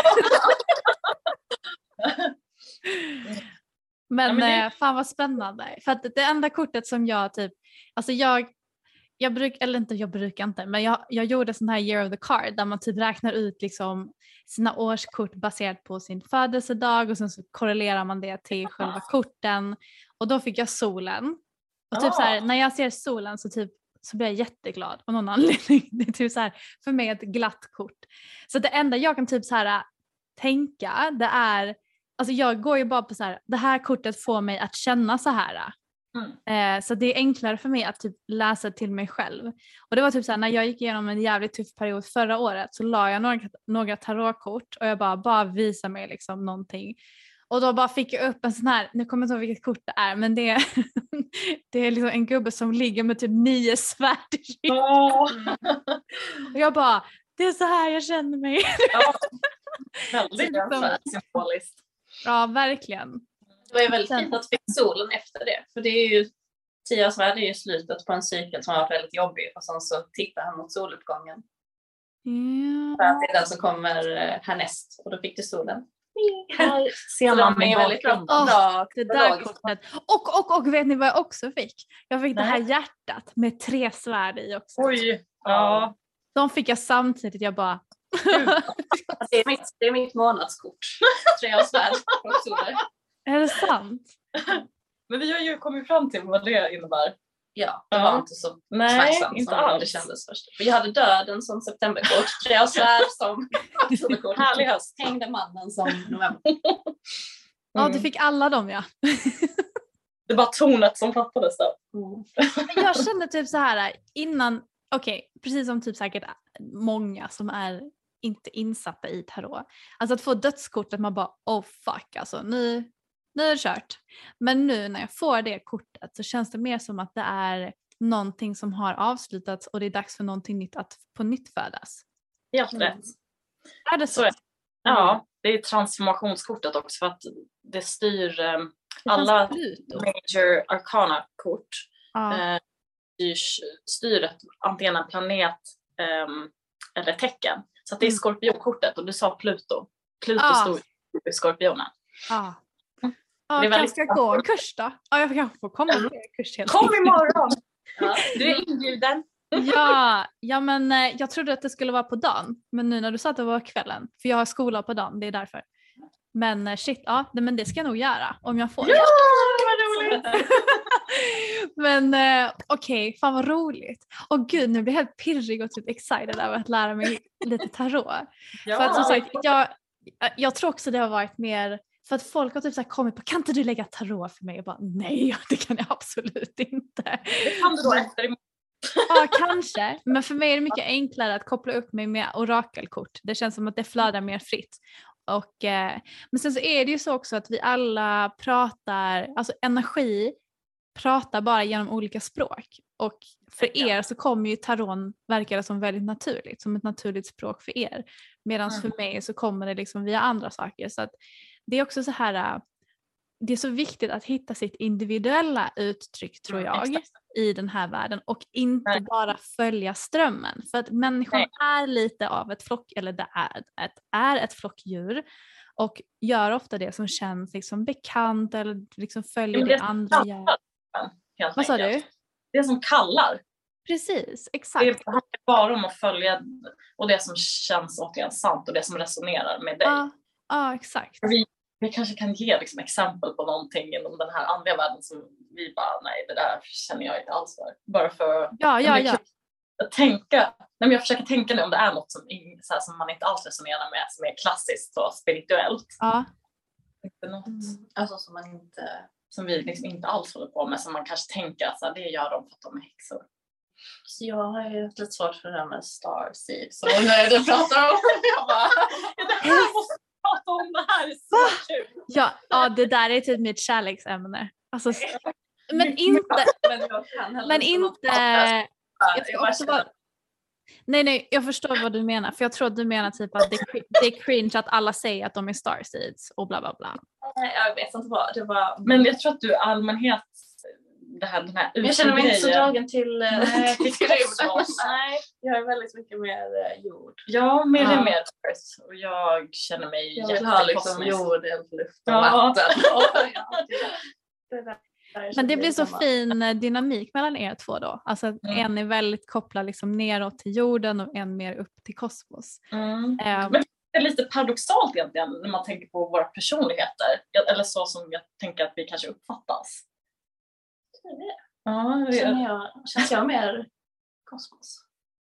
Men, ja, men det... fan vad spännande. För att det enda kortet som jag typ, alltså jag, jag brukar, eller inte jag brukar inte, men jag, jag gjorde sån här year of the card där man typ räknar ut liksom sina årskort baserat på sin födelsedag och sen så korrelerar man det till själva korten. Och då fick jag solen. Och typ oh. så här, när jag ser solen så typ så blir jag jätteglad av någon anledning. Det är typ så här, för mig ett glatt kort. Så det enda jag kan typ så här tänka, det är, alltså jag går ju bara på så här, det här kortet får mig att känna så här. Mm. Eh, så det är enklare för mig att typ läsa till mig själv. Och det var typ så här, när jag gick igenom en jävligt tuff period förra året så la jag några, några tarotkort och jag bara, bara visa mig liksom någonting. Och då bara fick jag upp en sån här, nu kommer jag inte ihåg vilket kort det är, men det är, det är liksom en gubbe som ligger med typ nio svärd i ryggen. Oh. Och jag bara, det är så här jag känner mig. Ja, väldigt symboliskt. Ja, verkligen. Det var ju väldigt fint att fick solen efter det, för det är ju, tio års värld är ju slutet på en cykel som har varit väldigt jobbig och sen så tittar han mot soluppgången. Ja. För att det är den som kommer härnäst och då fick du solen. Här ser man är väldigt bra. Oh, det där kortet. Och, och, och vet ni vad jag också fick? Jag fick Nej. det här hjärtat med tre svärd i också. Oj, ja. De fick jag samtidigt, jag bara... det, är mitt, det är mitt månadskort. Tre års svärd. Är det sant? Men vi har ju kommit fram till vad det innebär. Ja, det var ja. inte så Nej, inte som alls. det kändes först. För jag hade döden som septemberkort, tre års svärd som oktoberkort. Härlig höst. Hängde mannen som november. Ja, du fick alla dem, ja. Det var tonet som fattades då. Mm. Jag känner typ så här innan, okej, okay, precis som typ säkert många som är inte insatta i tarot. Alltså att få dödskortet, man bara, oh fuck, alltså nu, nu är det kört. Men nu när jag får det kortet så känns det mer som att det är någonting som har avslutats och det är dags för någonting nytt att på nytt födas. Helt rätt. Mm. Är det så? så är, ja, det är transformationskortet också för att det styr um, alla major arcana-kort. Ja. Eh, styrs, styr ett, antingen en planet um, eller tecken. Så att det är skorpionkortet och du sa Pluto. Pluto Ja. stod i skorpionen. Ja. Ja, Det är kanske väldigt ska gå en kurs då. Ja, jag kanske får komma på en kurs helt Kom enkelt. imorgon! Ja, du är inbjuden. Ja, ja, men eh, jag trodde att det skulle vara på dagen. Men nu när du sa att det var kvällen. För jag har skola på dagen, det är därför. Men eh, shit, ja, det, men det ska jag nog göra om jag får. Ja, vad roligt! Men eh, okej, okay, fan vad roligt. Och gud, nu blir jag helt pirrig och typ excited över att lära mig lite tarot. Ja. För att som sagt, jag, jag tror också det har varit mer... För att folk har typ så här kommit på, kan inte du lägga tarot för mig? Och bara, nej, det kan jag absolut inte. Det kan du då efter imorgon. Ja, kanske. Men för mig är det mycket enklare att koppla upp mig med orakelkort. Det känns som att det flödar mer fritt. Och, eh, men sen så är det ju så också att vi alla pratar, alltså energi pratar bara genom olika språk. Och för er så kommer ju taron verka som väldigt naturligt, som ett naturligt språk för er. Medan Mm. för mig så kommer det liksom via andra saker. Så att det är också så här, det är så viktigt att hitta sitt individuella uttryck tror jag Mm, i den här världen och inte Nej. bara följa strömmen. För att människan Nej. är lite av ett flock, eller det är ett, är ett flockdjur och gör ofta det som känns liksom bekant eller liksom följer Men det, det som andra kallar, gör. helt Vad sa du? enkelt. Det som kallar. Precis, Det exakt. handlar bara om att följa och det som känns återigen sant och det som resonerar med dig. Ja, ja, exakt. Vi, vi kanske kan ge liksom exempel på någonting inom den här andliga världen som vi bara, nej det där känner jag inte alls för. Bara för Ja, ja, ja. att tänka, nej, men jag försöker tänka nu om det är något som, in, så här, som man inte alls resonerar med, som är klassiskt och spirituellt. Ja. Inte något Mm. Alltså som man inte... som vi liksom inte alls håller på med, som man kanske tänker att så här, det gör de för att de är häxor. Så jag har ju lite svårt för det här med starseed. Så när du pratar om jag bara... Det här måste vi prata om, det här är så kul. Ja, ja, det där är typ mitt kärleksämne. Alltså, men inte... Men jag kan heller Men inte... Jag Jag ska bara också känner- vara... Nej, nej, jag förstår vad du menar. För jag tror att du menar typ att det är, det är cringe att alla säger att de är starseeds och bla bla bla. Nej, jag vet inte vad. Det var... Men jag tror att du i allmänhet, det här, den här jag känner mig inte så grejen- dragen till, eh, Nej, till till rymden. kosmos. Nej, jag är väldigt mycket mer eh, jord. Ja, mer Ja. och mer. Och jag känner mig Jag vill ha liksom jättekosmisk. jord, eld, luft och Ja. vatten. Och, ja, det, det där, Men det blir så samma. fin eh, dynamik mellan er två då. Alltså att Mm. en är väldigt kopplad liksom neråt till jorden och en mer upp till kosmos. Mm. Eh, Men det är lite paradoxalt egentligen när man tänker på våra personligheter. Eller så som jag tänker att vi kanske uppfattas. Ja, det Känner jag, känns jag mer kosmos?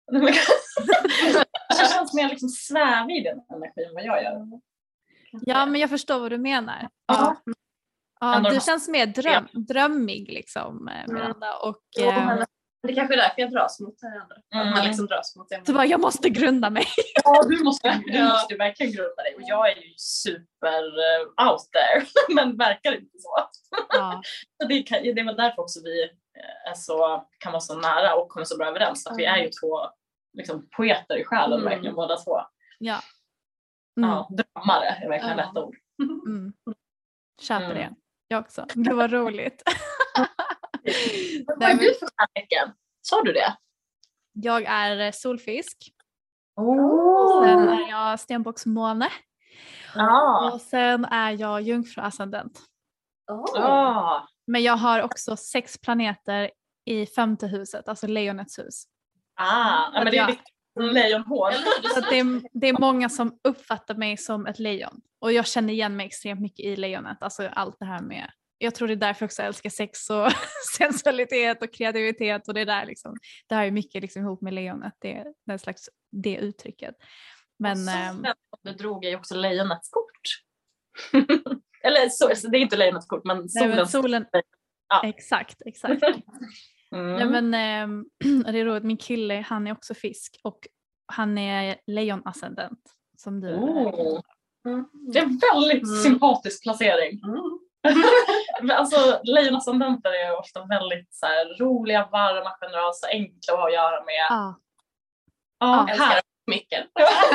det känns mer liksom svävig i den energin än vad jag gör. ja, men jag förstår vad du menar. Ja. Ja, Ändå du har- känns mer dröm, drömmig liksom, eh, Miranda. Och eh, Men det kanske är därför jag dras mot det andra. Mm. Att man liksom dras mot det. så bara, jag måste grunda mig. Ja, du måste, du Ja. måste verkligen grunda dig. Och jag är ju super uh, out there, men verkar inte så. Ja. Så det, kan, det är väl därför också vi eh, är så, kan vara så nära och kommer så bra överens. För att vi är ju två liksom, poeter i själen, Mm. verkligen båda två. Ja. Mm. Ja, drömmare är verkligen Ja. rätt ord. Mm. Köper Mm. det. Jag också. Gud vad roligt. Vad Nej, är men du för kärleken? Sa du det? jag är eh, solfisk. Oh. Sen är jag stenbocksmåne. Ja. Och sen är jag jungfruascendent. Oh. Ja. Men jag har också sex planeter i femte huset, alltså lejonets hus. Ah, ja, men det är Ja. ditt lejonhår. Så att det, är, det är många som uppfattar mig som ett lejon. Och jag känner igen mig extremt mycket i lejonet. Alltså allt det här med, jag tror det är därför jag också älskar sex och sensualitet och kreativitet. Och det där liksom, det här är mycket liksom ihop med lejonet. Det är den slags, det uttrycket. Men Och ehm, sen, du drog ju också lejonets kort. Eller så, det är inte lejonets kort, men solen. Nej, men solen... Ja. Exakt, exakt. Mm. Nej, men, eh, det är roligt, min kille han är också fisk och han är lejonascendent som du. Oh. Mm. Det är en väldigt mm. sympatisk placering. Mm. Alltså lejonascendenter är ofta väldigt så här, roliga, varma, generösa, enkla att ha att göra med. Ja. Ja, älskar här. mycket.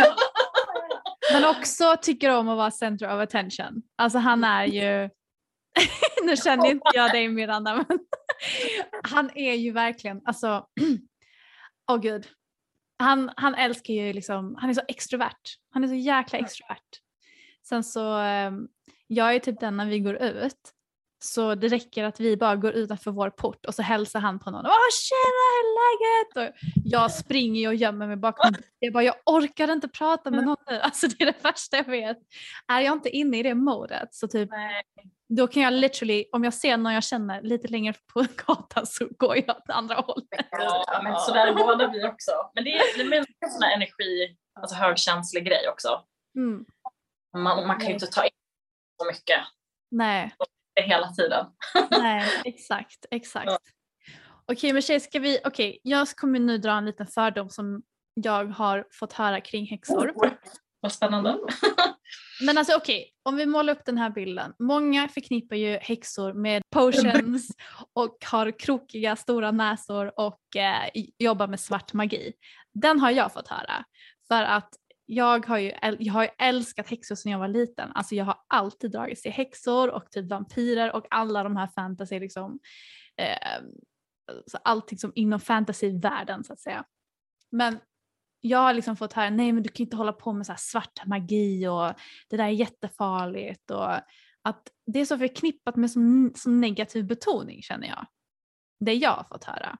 Men också tycker om att vara center of attention. Alltså han är ju, nu känner inte jag dig Miranda, men han är ju verkligen, alltså, åh oh gud. Han, han älskar ju liksom, han är så extrovert. Han är så jäkla extrovert. Sen så, jag är typ den när vi går ut. Så det räcker att vi bara går utanför vår port och så hälsar han på någon. Åh tjena, hur är läget? Och jag springer och gömmer mig bakom. Jag bara, jag orkar inte prata med någon nu. Alltså det är det värsta jag vet. Är jag inte inne i det modet så typ, då kan jag literally, om jag ser någon jag känner lite längre på gatan så går jag åt andra hållet. Ja, men så där är båda vi också. Men det är, det är en sån här energi, alltså högkänslig grej också. Mm. Man, man kan ju inte ta in så mycket. Nej. Hela tiden. Nej, exakt, exakt. Ja. Okej, men tjej, ska vi, okej, jag kommer nu dra en liten fördom som jag har fått höra kring häxor. Oh, vad spännande. Men alltså okej, om vi målar upp den här bilden. Många förknippar ju häxor med potions och har krokiga stora näsor och eh, jobbar med svart magi. Den har jag fått höra. För att Jag har, ju, jag har ju älskat häxor sedan jag var liten. Alltså jag har alltid dragit till häxor och typ vampyrer och alla de här fantasy liksom. Eh, så allting som inom fantasyvärlden så att säga. Men jag har liksom fått höra, nej men du kan inte hålla på med så här svart magi och det där är jättefarligt. Och att det är så förknippat med som, som negativ betoning känner jag. Det jag har fått höra.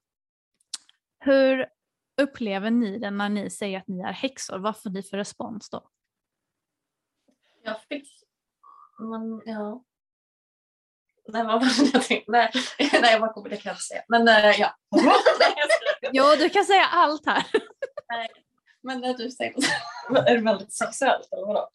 Hur upplever ni det när ni säger att ni är häxor? Vad får ni för respons då? Jag fick... Men, ja. Nej, vad var det jag tänkte? Nej, nej jag bara kommer, det kan jag inte säga. Men äh, ja. Jo, du kan säga allt här. Nej, men när du säger är det väldigt sexuellt eller vadå?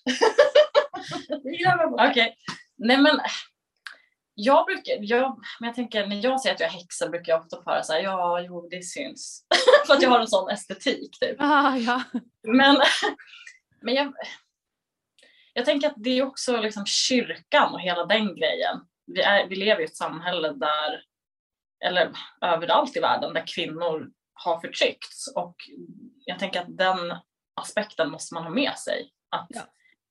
Okej. Okay. Nej men... Jag brukar, jag, men jag tänker när jag säger att jag är häxa brukar jag ofta höra så här, ja, jo, det syns. För att jag har en sån estetik typ. Ah, ja. Men, men jag, jag tänker att det är också liksom kyrkan och hela den grejen. Vi, är, vi lever i ett samhälle där, eller överallt i världen, där kvinnor har förtryckts. Och jag tänker att den aspekten måste man ha med sig. Att, ja.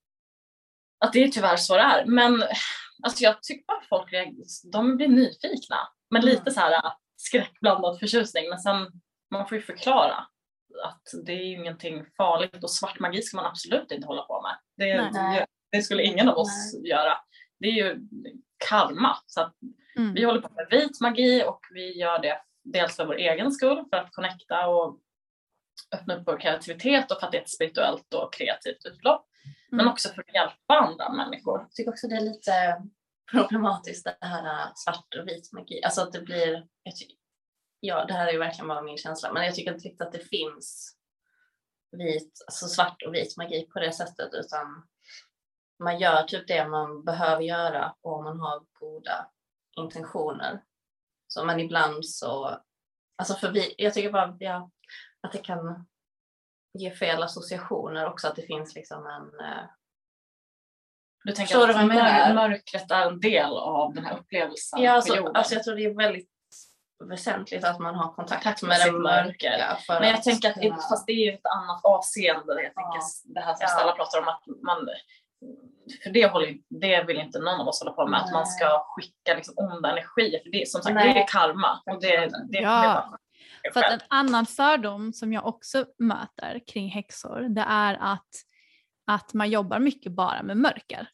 att det är tyvärr så det är. Men alltså jag tycker bara folk de blir nyfikna. Men lite så här skräckblandad förtjusning. Men sen man får ju förklara att det är ju ingenting farligt. Och svart magi ska man absolut inte hålla på med. Det, det, det skulle ingen av oss Nej. göra. Det är ju karma. Så att mm. vi håller på med vit magi. Och vi gör det dels för vår egen skull. För att connecta och öppna upp vår kreativitet. Och för att det är ett spirituellt och kreativt utlopp. Mm. Men också för att hjälpa andra människor. Jag tycker också det är lite problematiskt det här svart och vit magi. Alltså att det blir, jag tycker, ja det här är ju verkligen bara min känsla. Men jag tycker inte riktigt att det finns vit, alltså svart och vit magi på det sättet. Utan man gör typ det man behöver göra och man har goda intentioner. Så men ibland så, alltså för vi, jag tycker bara ja, att det kan ge fel associationer också, att det finns liksom en... Uh... Du tänker så att det mör- mörkret är en del av den här upplevelsen ja, på alltså, jorden? Alltså jag tror det är väldigt väsentligt att man har kontakt Tack med det mörka. Men jag tänker att, kunna... fast det är ju ett annat avseende. Jag tänker ja. det här som ja. Stella pratar om att man... För det, håller, det vill inte någon av oss hålla på med. Nej. Att man ska skicka liksom onda energi. För det, som sagt, Nej. det är karma. Och det, det ja. För att en annan fördom som jag också möter kring häxor, det är att, att man jobbar mycket bara med mörker.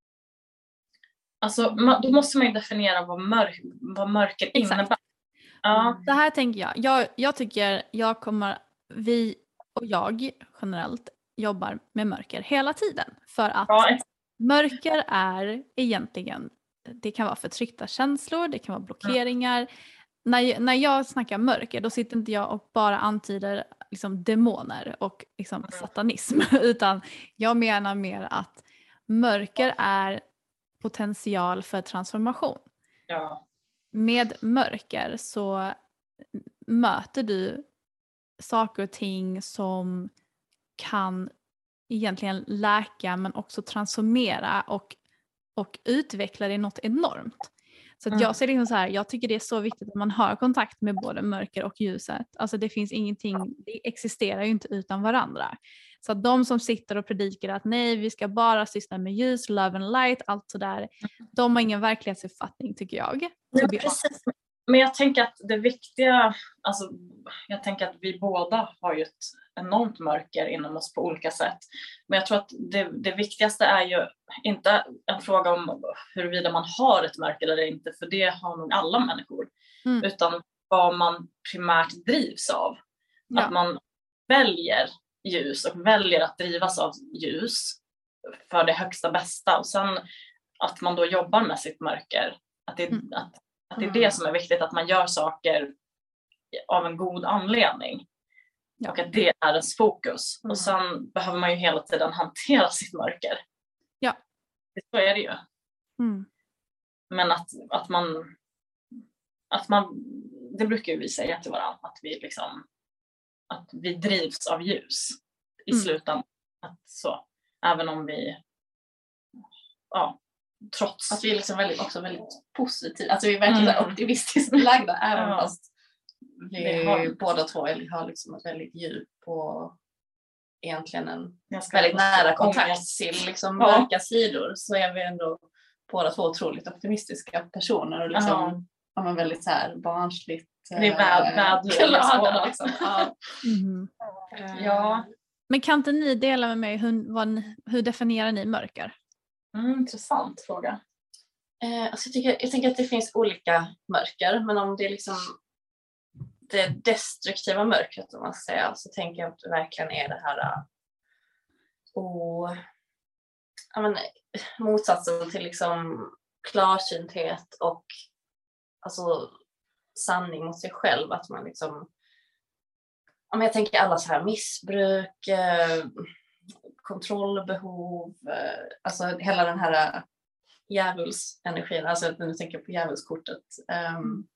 Alltså man, då måste man ju definiera vad, mörk, vad mörker Exakt. innebär. Ja. Det här tänker jag. jag. Jag tycker jag kommer, vi och jag generellt jobbar med mörker hela tiden. För att ja. mörker är egentligen, det kan vara förtryckta känslor, det kan vara blockeringar. Mm. När, när jag snackar mörker, då sitter inte jag och bara antyder liksom demoner och liksom satanism. Utan jag menar mer att mörker är potential för transformation. Ja. Med mörker så möter du saker och ting som kan egentligen läka men också transformera och, och utveckla det något enormt. Så att Mm. jag ser liksom så här, jag tycker det är så viktigt att man har kontakt med både mörker och ljuset. Alltså det finns ingenting, det existerar ju inte utan varandra. Så att de som sitter och predikar att nej, vi ska bara syssla med ljus, love and light, allt sådär, de har ingen verklighetsuppfattning tycker jag. Ja, precis. Men jag tänker att det viktiga, alltså jag tänker att vi båda har ju ett enormt mörker inom oss på olika sätt. Men jag tror att det, det viktigaste är ju inte en fråga om huruvida man har ett mörker eller inte, för det har nog alla människor. Mm. Utan vad man primärt drivs av. Ja. Att man väljer ljus och väljer att drivas av ljus för det högsta bästa. Och sen att man då jobbar med sitt mörker. Att det, mm. att, att det är det som är viktigt, att man gör saker av en god anledning. Ja. Och att det är ens fokus. Mm. Och sen behöver man ju hela tiden hantera sitt mörker. Ja. Så är det ju. Mm. Men att, att man att man det brukar ju vi säga till varandra, att vi liksom att vi drivs av ljus i mm. slutändan. Att så, även om vi ja, trots att vi är liksom väldigt, också väldigt positiva, alltså vi är verkligen mm. optimistiskt lagda även ja. fast vi har, båda två har liksom ett väldigt djup och egentligen en väldigt nära kontakt till liksom ja. mörka sidor, så är vi ändå båda två otroligt optimistiska personer och liksom ja. har man väldigt så här barnsligt det är väd, väd, glada liksom. Ja. Mm. ja. Men kan inte ni dela med mig hur, vad ni, hur definierar ni mörker? Mm, intressant fråga. Eh, alltså jag, tycker, jag tänker att det finns olika mörker, men om det är liksom det destruktiva mörkret om man ska säga, så tänker jag att det verkligen är det här oh, jag menar, motsatsen till liksom klarsynthet och alltså sanning mot sig själv, att man liksom jag tänker alla så här missbruk, eh, kontrollbehov, eh, alltså hela den här djävulsenergin, alltså nu tänker jag på djävulskortet, um,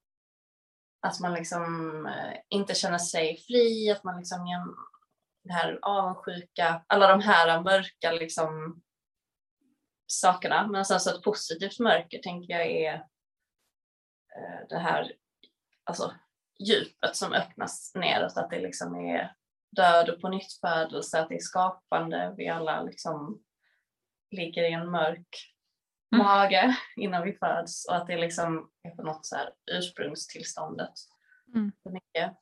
att man liksom eh, inte känner sig fri, att man liksom det här avundsjuka, alla de här mörka liksom sakerna, men sen så ett positivt mörker tänker jag är eh, det här alltså djupet som öppnas neråt, att det liksom är död och på nytt födelse, att det är skapande, vi alla liksom ligger i en mörk mm. mage innan vi föds, och att det liksom är på något så här ursprungstillståndet. Mm. För mycket.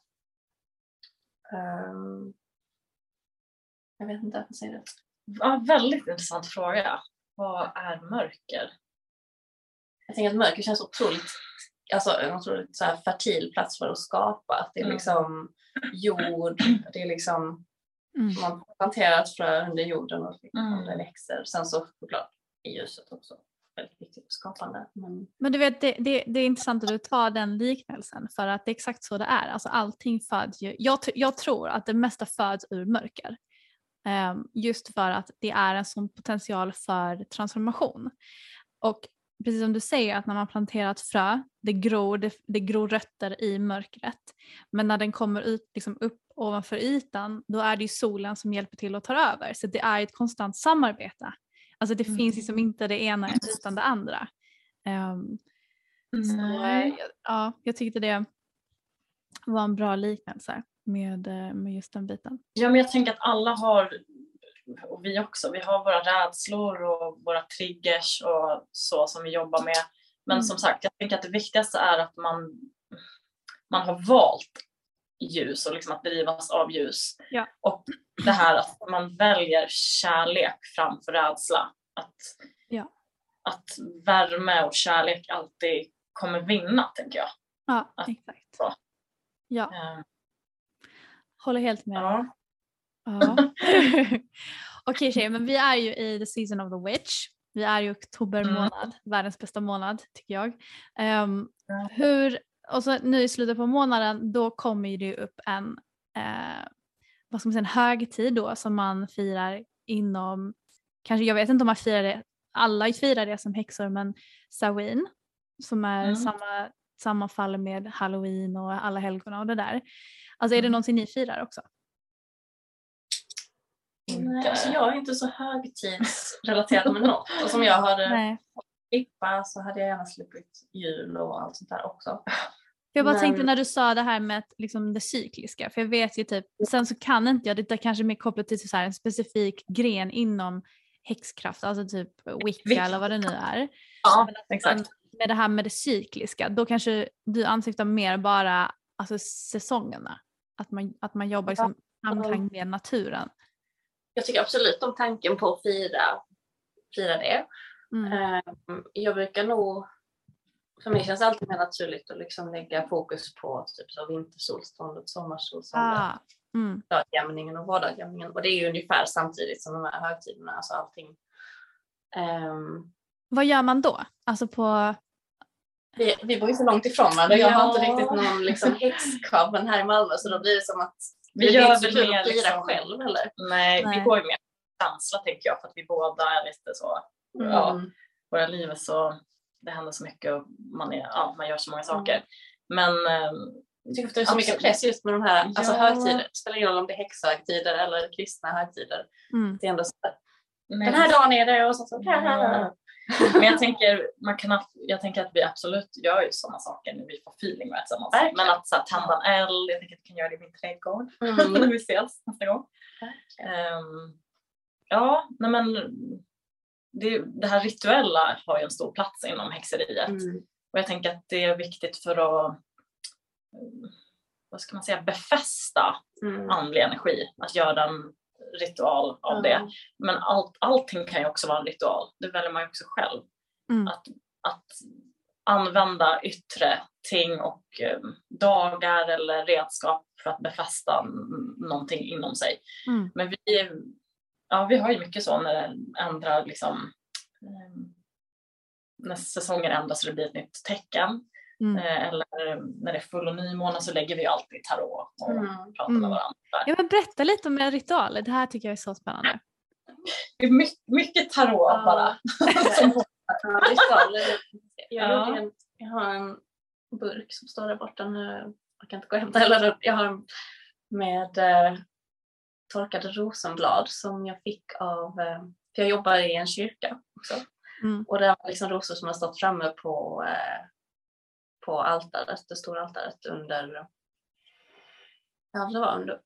Um, jag vet inte, vad säger du? Ja, väldigt intressant fråga. Vad är mörker? Jag tänker att mörker känns otroligt, alltså en otroligt så här fertil plats för att skapa. Att det är liksom jord, det är liksom mm. man planterar ett frö under jorden och mm. det växer. Sen så såklart i ljuset också väldigt viktigt och skapande. Men, Men du vet, det, det, det är intressant att du tar den liknelsen, för att det är exakt så det är. Alltså allting föds ju, jag, jag tror att det mesta föds ur mörker. Um, just för att det är en sån potential för transformation. Och precis som du säger, att när man planterar ett frö, det gror, det, det gror rötter i mörkret. Men när den kommer ut, liksom upp ovanför ytan, då är det ju solen som hjälper till att ta över. Så det är ett konstant samarbete. Alltså det mm. finns liksom inte det ena utan det andra. Um, mm. så, ja, jag tyckte det var en bra liknelse med, med just den biten. Ja, men jag tänker att alla har, och vi också, vi har våra rädslor och våra triggers och så som vi jobbar med. Men mm. som sagt, jag tänker att det viktigaste är att man, man har valt ljus och liksom att drivas av ljus. Ja. Och det här att man väljer kärlek framför rädsla. Att, ja. att värme och kärlek alltid kommer vinna, tänker jag. Ja, att, exakt. Så. Ja. Uh, Håller helt med. Ja. Ja. Okej tjejer, men vi är ju i the season of the witch. Vi är i oktober månad, mm. världens bästa månad tycker jag. Um, ja. Hur, och så nu i slutet på månaden, då kommer det upp en, eh, vad ska man säga, en högtid då som man firar inom, kanske jag vet inte om man firar det alla firar det som häxor, men Samhain som är Mm. samma, sammanfaller med Halloween och alla helgona och det där. Alltså är det Mm. någonting ni firar också? Nej, alltså jag är inte så högtidsrelaterad med något. Och som jag hade Nej. klippa så hade jag gärna sluppit jul och allt sånt där också. För jag bara Men- tänkte när du sa det här med att, liksom, det cykliska, för jag vet ju typ, sen så kan inte jag, det är kanske mer kopplat till så här, en specifik gren inom häxkraft, alltså typ Wicca Wicca. eller vad det nu är. Ja, Men att exakt. man- Med det här med det cykliska, då kanske du ansiktar mer bara alltså, säsongerna. Att man, att man jobbar liksom, i samklang med naturen. Jag tycker absolut om tanken på att fira, fira det. Mm. Um, jag brukar nog, för mig känns det alltid mer naturligt att liksom lägga fokus på typ så vintersolståndet, sommarsolståndet, Ah. Mm. dagjämningen och vårdagjämningen. Och det är ju ungefär samtidigt som de här högtiderna, alltså allting. Um, Vad gör man då? Alltså på... vi, vi bor ju så långt ifrån varandra. Jag har Ja. inte riktigt någon liksom häxklubben här i Malmö, så då blir det som att Vi det gör är inte väl så kul mer att fira liksom- själv heller. Nej, Nej. vi går ju med känsla tänker jag, för att vi båda är lite så, Mm. ja, våra liv är så, det händer så mycket och man, är, ja, man gör så många saker. Men ehm, Jag tycker att det är så mycket absolut. press just med de här alltså Ja. högtider. Det spelar ingen roll om det är häxhögtider eller kristna högtider. Mm. Det är ändå så att Nej, den här dagen är det och så. så Ja. Men jag tänker, man kan ha, jag tänker att vi absolut gör ju sådana saker när vi får feeling med tillsammans. Verkligen. Men att så här, tända en eld, jag tänker att vi kan göra det i min trädgård Mm. när vi ses nästa gång. Um, ja, nej men det, det här rituella har ju en stor plats inom häxeriet. Mm. Och jag tänker att det är viktigt för att, vad ska man säga, befästa Mm. andlig energi. Att göra en ritual av Ja. det. Men allt, allting kan ju också vara en ritual. Det väljer man ju också själv. Mm. Att, att använda yttre ting och eh, dagar eller redskap för att befästa n- någonting inom sig. Mm. Men vi, ja, vi har ju mycket så när det ändrar liksom, eh, när säsonger ändras så det blir ett nytt tecken. Mm. Eh, eller när det är full och nymåne så lägger vi alltid tarot och Mm. pratar Mm. med varandra. Ja, men berätta lite om era ritualer, det här tycker jag är så spännande. Det är mycket, mycket tarot Ja. bara. Ja, ritualer. Jag, Ja. gjorde en, jag har en burk som står där borta nu. Jag kan inte gå och hämta heller. Jag har en med eh, torkade rosenblad som jag fick av, eh, för jag jobbar i en kyrka också. Mm. Och det är liksom rosor som har stått framme på, eh, på altaret, det stora altaret under, ja det var under,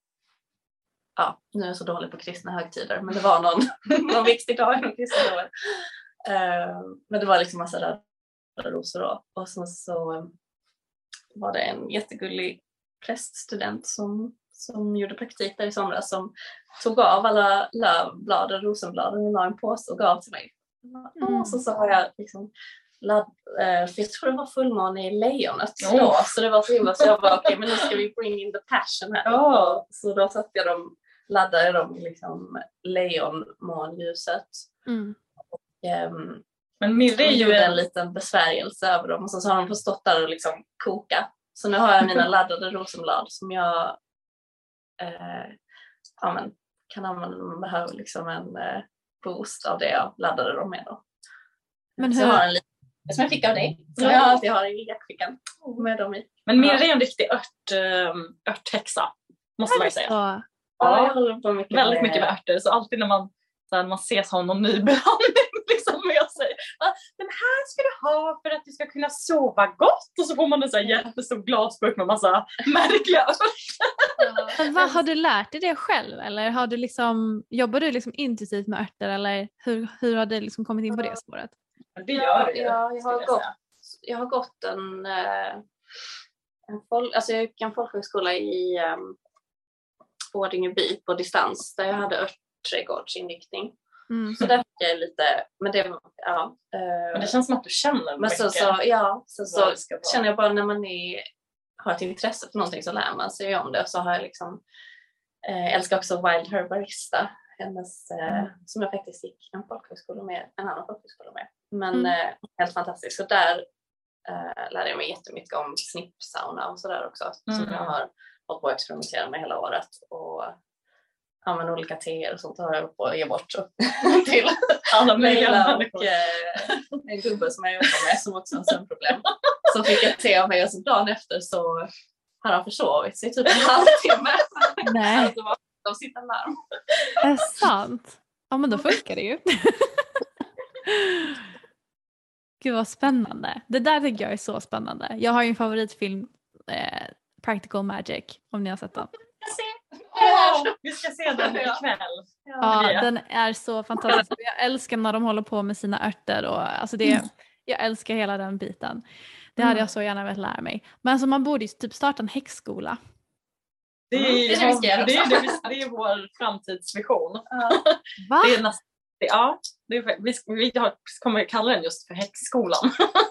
ja nu är jag så dålig på kristna högtider, men det var någon, någon viktig dag inom kristna år. Eh, men det var liksom massa röda rosor då. Och sen så eh, var det en jättegullig präststudent som, som gjorde praktik där i somras som tog av alla lövbladen, rosenbladen och la en påse och gav till mig. Mm. Och så, så har jag liksom ladd, eh, för jag tror det var fullmåne i lejonet Oh. då, så det var så himla så jag bara okej okay, men nu ska vi bring in the passion här. Ja. Så då satte jag dem, laddade dem i liksom lejonmånljuset. Mm. Ehm, Men Mirre är jag ju gjorde en en, liten besvärjelse över dem och så har de fått stått där och liksom koka. Så nu har jag mina laddade rosenblad som jag eh, ja, men, kan använda om man behöver liksom en eh, boost av det jag laddade dem med då. Men Så hur- jag har en liten som jag fick av dig. Som jag alltid har i jackfickan med dem i. men Mirre är en riktig ört, um, örthäxa. Måste man ju säga. Så, Ja, Ja, jag håller på mycket väldigt med- mycket med örter. Så alltid när man, så här, man ser så har någon nybehandling liksom, och jag säger ah, den här ska du ha för att du ska kunna sova gott. Och så får man en så här jättestor glasburk med massa märkliga örter. men vad har du lärt dig det själv? Eller har du liksom, jobbar du liksom intensivt med örter? Eller hur, hur har du liksom kommit in på det spåret? Det gör det ju. Ja, jag har skulle gått, säga. jag har gått en, eh, en, fol- alltså jag gick en folkhögskola i um, Ådingeby på distans där jag hade örtträdgårdsinriktning. Mm. Så där fick jag lite, men det, ja. eh, Men det känns som att du känner men mycket. så, så, ja, så, så vad det ska vara. känner jag bara när man är, har ett intresse för någonting så lär man sig om det. Och så har jag liksom, eh, älskar också Wild Herbarista, hennes, eh, Mm. som jag faktiskt gick en folkhögskola med, en annan folkhögskola med. Men Mm. eh, helt fantastiskt. Så där eh, lärde jag mig jättemycket om snippsauna och sådär också. Mm. Som jag har hållit på att experimentera med hela året. Och ja, men olika teer och sånt har jag upp och ger bort till alla möjliga. Och eh, en gubbe som jag jobbar med som också har sömnproblem. Som fick ett te av mig och så dagen efter så har han försovit sig typ en halvtimme. Nej. Alltså, de sitter larm. Är det sant? Ja, men då funkar det ju. Gud vad spännande. Det där tycker jag är så spännande. Jag har ju en favoritfilm, eh, Practical Magic, om ni har sett den. Oh, vi ska se den ikväll. Ja, ja, den är så fantastisk. Jag älskar när de håller på med sina örter. Och, alltså det, jag älskar hela den biten. Det hade jag så gärna velat lära mig. Men alltså man borde ju typ starta en häxskola. Det är, det är, det är, det är, det är, det är vår framtidsvision. Ja. Va? Det är näst, det, ja, det är, vi, vi har, kommer kalla den just för häxskolan.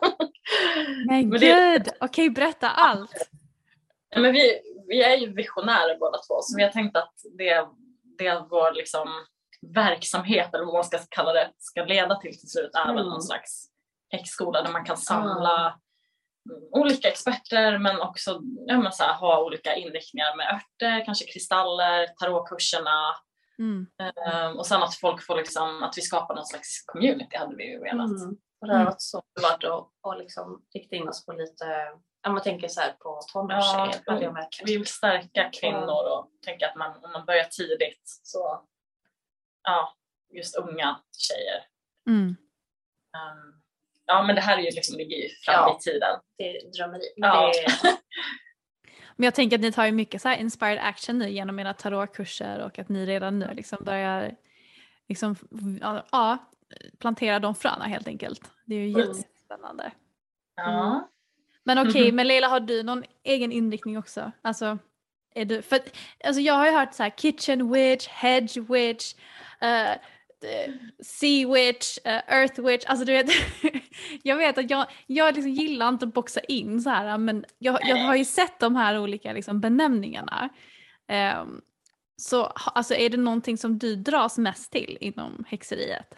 Men gud, okej, okay, berätta allt. Ja, men vi, vi är ju visionärer båda två, så vi har tänkt att det, det vår liksom verksamhet, eller vad man ska kalla det, ska leda till till slut är mm. någon slags häxskola där man kan samla mm. olika experter, men också ja, men så här, ha olika inriktningar med örter, kanske kristaller, tarotkurserna. Mm. Um, och sen att folk får liksom, att vi skapar någon slags community hade vi ju velat. Mm. Och det har varit så varit att, att liksom rikta in oss på lite, om man tänker så här på tonårstjejer. Ja, vi vill stärka kvinnor och tänka att man, om man börjar tidigt så, ja, just unga tjejer. Mm. Um, ja, men det här är ju liksom, ligger ju fram ja, i tiden. Det är drömmeri. Ja. Det Men jag tänker att ni tar ju mycket så här inspired action nu genom era tarotkurser och att ni redan nu liksom börjar liksom, ja, plantera de fröna helt enkelt. Det är ju mm. jättespännande. Ja. Mm. Men okej, okay, men Leila, har du någon egen inriktning också? Alltså, är du, för, alltså jag har ju hört så här kitchen witch, hedge witch, uh, sea witch, uh, earth witch. Alltså du vet, jag vet att jag, jag liksom gillar inte att boxa in så här, men jag, jag har ju sett de här olika liksom benämningarna. Um, så alltså, är det någonting som du dras mest till inom häxeriet?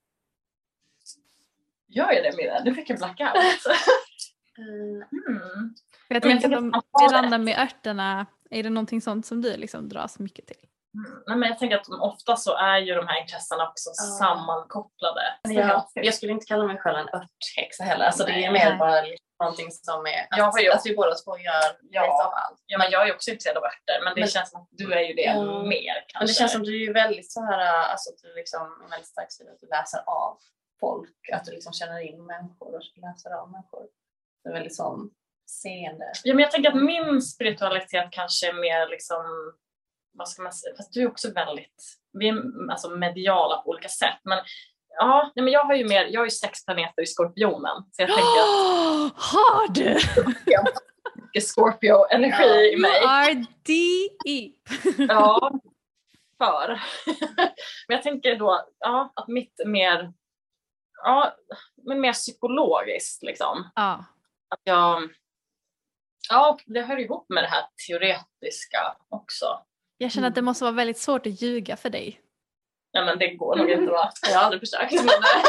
Gör jag det, Mira? Du fick en blackout. Mm. Jag tänker att de randar med örterna, är det någonting sånt som du liksom dras mycket till? Mm. Nej, men jag tänker att ofta så är ju de här intressena också uh. sammankopplade. Ja, jag skulle inte kalla mig själv en örthäxa heller. Alltså det är mer bara någonting som är att, jag har ju, att vi båda två gör ja, lite av allt. Ja, men jag är också intresserad av örter, men det men, känns som att du är ju det mm. mer kanske. Men det känns som att du är väldigt så här, alltså att du liksom är väldigt stark sida att du läser av folk, att du liksom känner in människor och läser av människor. Det är väldigt sån seende. Ja, men jag tänker att min spiritualitet kanske är mer liksom, vad ska man säga, fast du är också väldigt, vi är alltså mediala på olika sätt, men ja, nej, men jag har ju mer, jag har ju sex planeter i Skorpionen, så jag tänker att har du? mycket Scorpio-energi i mig. You are deep. Ja, för. Men jag tänker då, ja, att mitt mer, ja, men mer psykologiskt liksom. Ja. Att jag, ja, det hör ihop med det här teoretiska också. Jag känner att det måste vara väldigt svårt att ljuga för dig. Nej, men det går nog inte, va? Jag har aldrig försökt. Men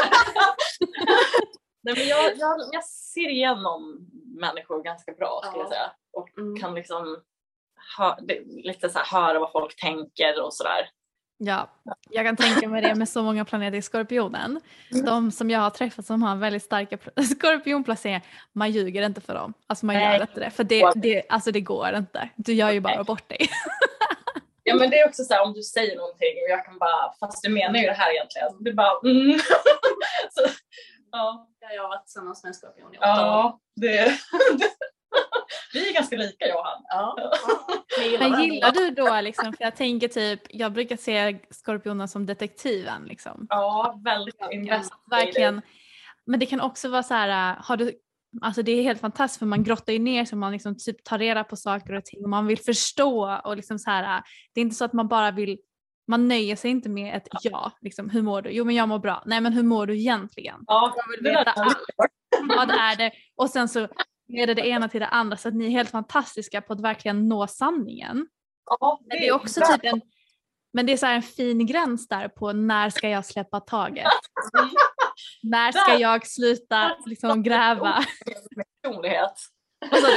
nej, men jag, jag, jag ser igenom människor ganska bra, skulle jag säga. Och mm. kan liksom hö, det, lite så här, höra vad folk tänker och sådär. Ja, jag kan tänka mig det med så många planeter i Skorpionen. De som jag har träffat som har väldigt starka skorpionplaceringar, man ljuger inte för dem. Alltså man Nej. gör inte det. För det, det, alltså det går inte. Du gör ju bara Nej. bort dig. Ja, men det är också så här, om du säger någonting och jag kan bara, fast du menar ju det här egentligen. Du bara, mm. Så, ja. Jag har varit tillsammans med en skorpion i åtta ja, år. Det, vi är ganska lika, Johan. Ja. Men gillar du då liksom, för jag tänker typ, jag brukar se skorpionen som detektiven liksom. Ja, väldigt invest. Verkligen. Men det kan också vara så här, har du, alltså det är helt fantastiskt för man grottar ju ner så man liksom typ tar reda på saker och ting och man vill förstå och liksom så här, det är inte så att man bara vill, man nöjer sig inte med ett ja, liksom, hur mår du? Jo, men jag mår bra. Nej, men hur mår du egentligen? Ja, jag vill veta allt. Vad är det? Och sen så leder det ena till det andra så att ni är helt fantastiska på att verkligen nå sanningen. Ja, det, men det är också typ en, men det är så här en fin gräns där på när ska jag släppa taget? Mm. När ska jag sluta liksom gräva? Personlighet. Vad sa du?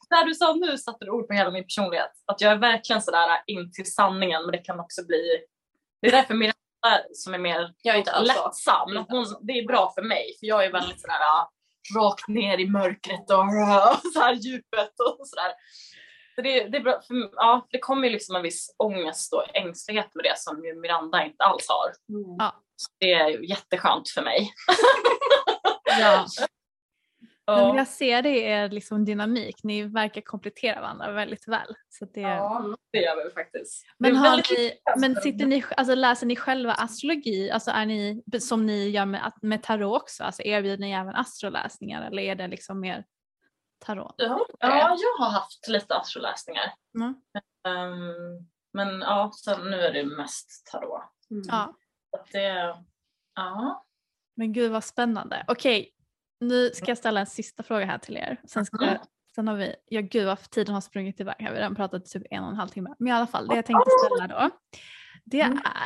där du sa nu satte du ord på hela min personlighet. Att jag är verkligen sådär in till sanningen, men det kan också bli... Det är därför min som är mer jag är inte alls lättsam. Hon, det är bra för mig, för jag är väldigt sådär rakt ner i mörkret och, och så här djupet och sådär. Så det, det är bra för, ja, det kommer ju liksom en viss ångest och ängslighet med det som ju Miranda inte alls har. Mm. Ja. Så det är ju jätteskönt för mig. Ja. Men jag ser det i er liksom dynamik. Ni verkar komplettera varandra väldigt väl. Så det... Ja, det gör vi faktiskt. Men, har ni, men sitter ni, alltså läser ni själva astrologi? Alltså är ni, som ni gör med, med tarot också? Alltså erbjuder ni även astroläsningar? Eller är det liksom mer tarot? Ja, ja jag har haft lite astroläsningar. Mm. Um, men ja, så nu är det mest tarot. Mm. Ja. Så det, ja. Men gud vad spännande. Okej. Nu ska jag ställa en sista fråga här till er. Sen, ska jag, sen har vi, ja gud vad tiden har sprungit iväg. Vi har redan pratat typ en och en halv timme. Men i alla fall, det jag tänkte ställa då. Det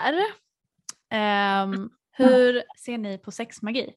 är, um, hur ser ni på sexmagi?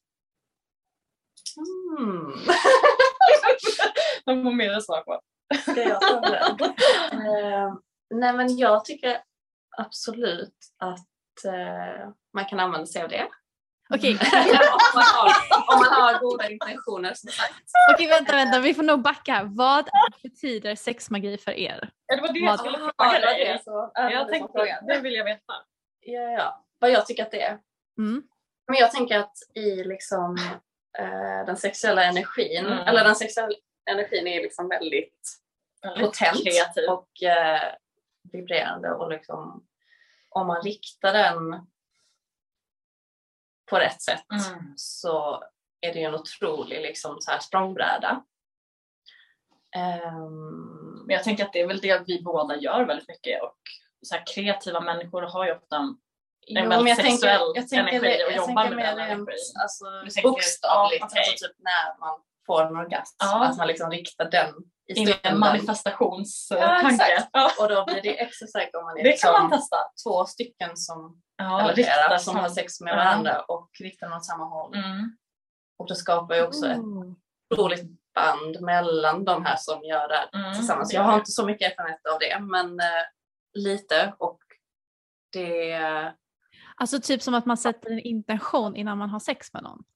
Mm. De har mer att svara på. Ska jag ta det? uh, nej men jag tycker absolut att uh, man kan använda sig av det. Okej. Okay. om, man har, om man har goda intentioner som sagt. Okej, okay, vänta, vänta. Vi får nog backa. Vad betyder sexmagi för er? Ja, det var det jag skulle fråga dig. Så, jag tänkte, det vill jag veta. Ja, ja. Vad jag tycker att det är. Mm. Men jag tänker att i liksom eh, den sexuella energin, mm. eller den sexuella energin är liksom väldigt, väldigt potent kreativ och eh, vibrerande. Och liksom, om man riktar den på rätt sätt mm. så är det ju en otrolig liksom, så här språngbräda. Um, Men jag tänker att det är väl det vi båda gör väldigt mycket. Och så här, kreativa människor har ju ofta en jo, väldigt jag sexuell tänker, jag tänker energi det, och jag jobbar tänker med den rent, energin. alltså, tänker, bokstavligt, ja, okay. alltså typ när man får en orgasm. Ja. Att man liksom riktar den i in en manifestationstanke. Ja, ja. Och då blir det extra säkert om man är det liksom kan man testa. Två stycken som, ja, eller flera, som har sex med varandra ja. och riktar åt samma håll. Mm. Och det skapar ju också mm. ett roligt band mellan de här som gör det mm. tillsammans. Jag har inte så mycket erfarenhet av det, men eh, lite. Och det... Alltså typ som att man sätter en intention innan man har sex med någon?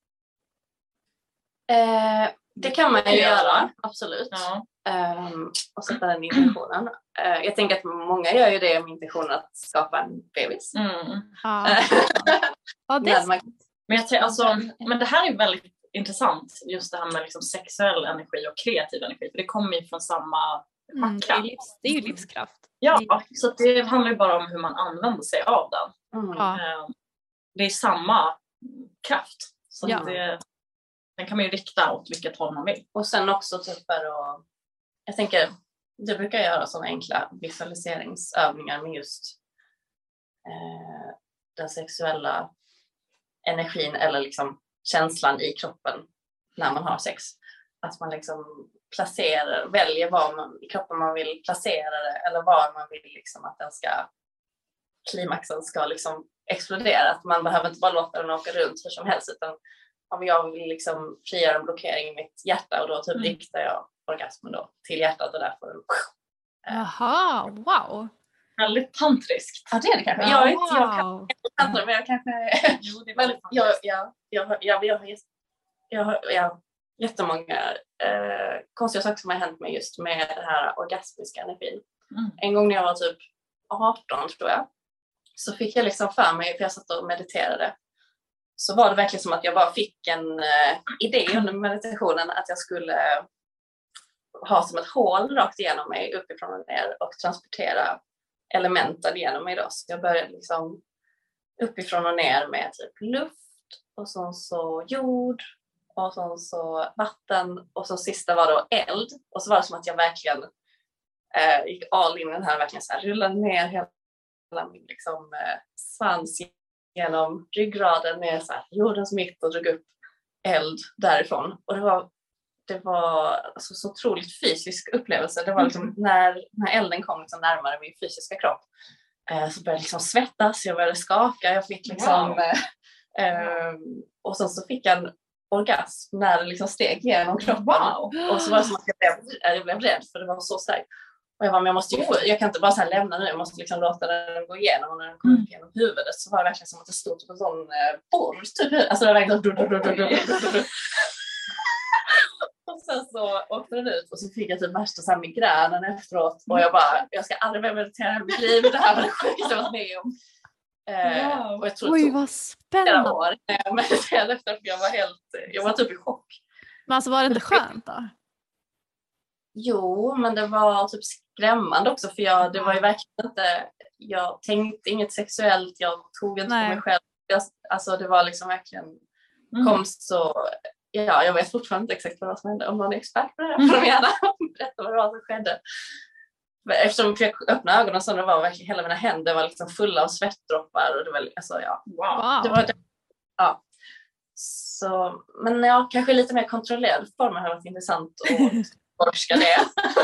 Eh, det kan man ju göra, absolut. Ja. Um, och sätta den intentionen. Uh, jag tänker att många gör ju det med intentionen att skapa en bebis. Mm. Ja. Ja, det är... man... men, jag t- alltså, men det här är väldigt intressant, just det här med liksom sexuell energi och kreativ energi. För det kommer ju från samma mm, det, är livs- det är ju livskraft. Ja, så det handlar ju bara om hur man använder sig av den. Mm. Ja. Uh, det är samma kraft. Så ja. det, den kan man ju rikta åt vilket håll man vill. Och sen också typ för att, jag tänker, det brukar jag göra sådana enkla visualiseringsövningar med just eh, den sexuella energin eller liksom känslan i kroppen när man har sex. Att man liksom placerar, väljer var man, i kroppen man vill placera det eller var man vill liksom att den ska, klimaxen ska liksom explodera. Att man behöver inte bara låta den åka runt hur som helst, utan om jag vill liksom frigöra en blockering i mitt hjärta och då typ mm. riktar jag orgasmen då till hjärtat och där får den... Jaha, wow! Väldigt tantriskt. Ja, det är det kanske. Wow. Jag är inte, jag kan inte, men jag kanske... Jo, det är men jag, jag, jag, jag, jag, jag, jag, jag har jag, jättemånga eh, konstiga saker som har hänt mig just med det här orgasmiska energin. Mm. En gång när jag var typ arton tror jag, så fick jag liksom för mig, för jag satt och mediterade, så var det verkligen som att jag bara fick en eh, idé under meditationen att jag skulle ha som ett hål rakt igenom mig uppifrån och ner och transportera elementen genom mig då. Så jag började liksom uppifrån och ner med typ luft och så, så jord och så, så vatten och så sista var då eld. Och så var det som att jag verkligen eh, gick all in i den här, verkligen så här, rullade ner hela min liksom, eh, svans genom ryggraden ner så här, jordens mitt och drog upp eld därifrån. Och det var, det var alltså, så otroligt fysisk upplevelse. Det var liksom mm. när, när elden kom liksom närmare min fysiska kropp eh, så började jag liksom svettas, jag började skaka, jag fick liksom wow. eh, eh, och sen så fick jag en orgasm när det liksom steg genom kroppen. Wow. Och så var det som att jag blev, jag blev rädd för det var så starkt. Och jag bara, men jag måste ju, jag kan inte bara så här lämna nu, jag måste liksom låta den gå igenom. Och när den kom mm. upp genom huvudet så var det verkligen som att det stod på en sån eh, borr typ. Alltså det var verkligen så och sen så åkte den ut och så fick jag typ värsta så här migränen efteråt. Och jag bara, jag ska aldrig mer meditera i mitt liv. Det här var det sjukaste jag varit med om. Eh, wow. och jag tror Oj, vad spännande. År när jag mediterade efter, för jag var helt, jag var typ i chock. Men alltså var det inte skönt då? Jo, men det var typ skrämmande också, för jag, det var ju verkligen inte, jag tänkte inget sexuellt, jag tog inte Nej. på mig själv. Jag, alltså det var liksom verkligen, mm. kom så, ja, jag vet fortfarande inte exakt vad som hände. Om någon är expert på det här får de gärna berätta vad det var som skedde. Eftersom jag öppnade ögonen så det var verkligen, hela mina händer var liksom fulla av svettdroppar och det var alltså, ja, wow. Det var det, ja. Så, men ja, kanske lite mer kontrollerad form har varit intressant att forska det.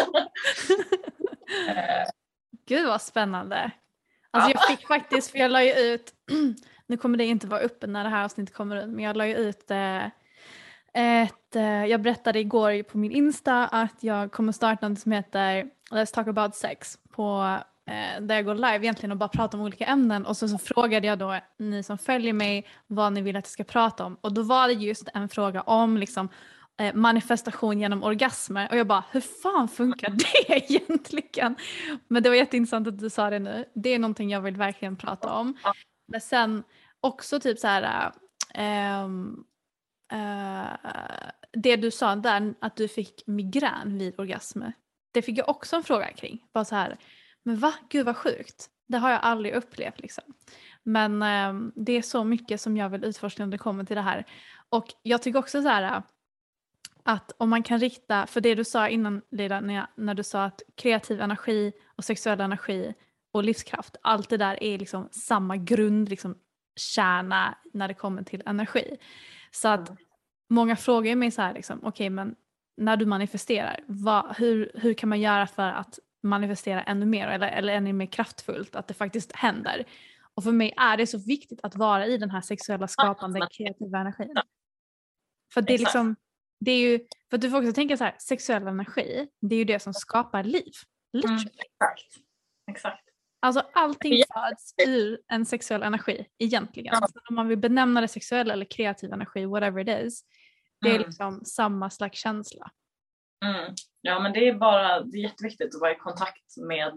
Gud vad spännande. Alltså jag fick faktiskt, för jag la ju ut, nu kommer det inte vara uppe när det här avsnittet kommer ut, men jag la ju ut eh, ett, eh, jag berättade igår på min Insta att jag kommer starta något som heter Let's Talk About Sex på eh, där jag går live egentligen och bara pratar om olika ämnen, och så, så frågade jag då ni som följer mig vad ni vill att jag ska prata om, och då var det just en fråga om liksom eh, manifestation genom orgasmer, och jag bara, hur fan funkar det egentligen? Men det var jätteintressant att du sa det nu. Det är någonting jag vill verkligen prata om. Men sen också typ så här äh, äh, det du sa där, att du fick migrän vid orgasmer. Det fick jag också en fråga kring. Bara så här, men va? Gud vad sjukt. Det har jag aldrig upplevt liksom. Men äh, det är så mycket som jag vill utforska när det kommer till det här. Och jag tycker också så här att om man kan rikta, för det du sa innan Lida, när, jag, när du sa att kreativ energi och sexuell energi och livskraft, allt det där är liksom samma grund, liksom kärna när det kommer till energi. Så att mm. många frågar mig så här liksom, okej okay, men när du manifesterar, vad, hur, hur kan man göra för att manifestera ännu mer eller, eller ännu mer kraftfullt, att det faktiskt händer? Och för mig är det så viktigt att vara i den här sexuella skapande kreativa energin. För det är liksom, det är ju, för du får också tänka så här, sexuell energi, det är ju det som skapar liv. Mm, exakt. Exakt. Alltså allting föds ur en sexuell energi egentligen. Ja. Så om man vill benämna det sexuell eller kreativ energi, whatever it is, det är mm. liksom samma slags känsla. Mm. Ja, men det är bara, det är jätteviktigt att vara i kontakt med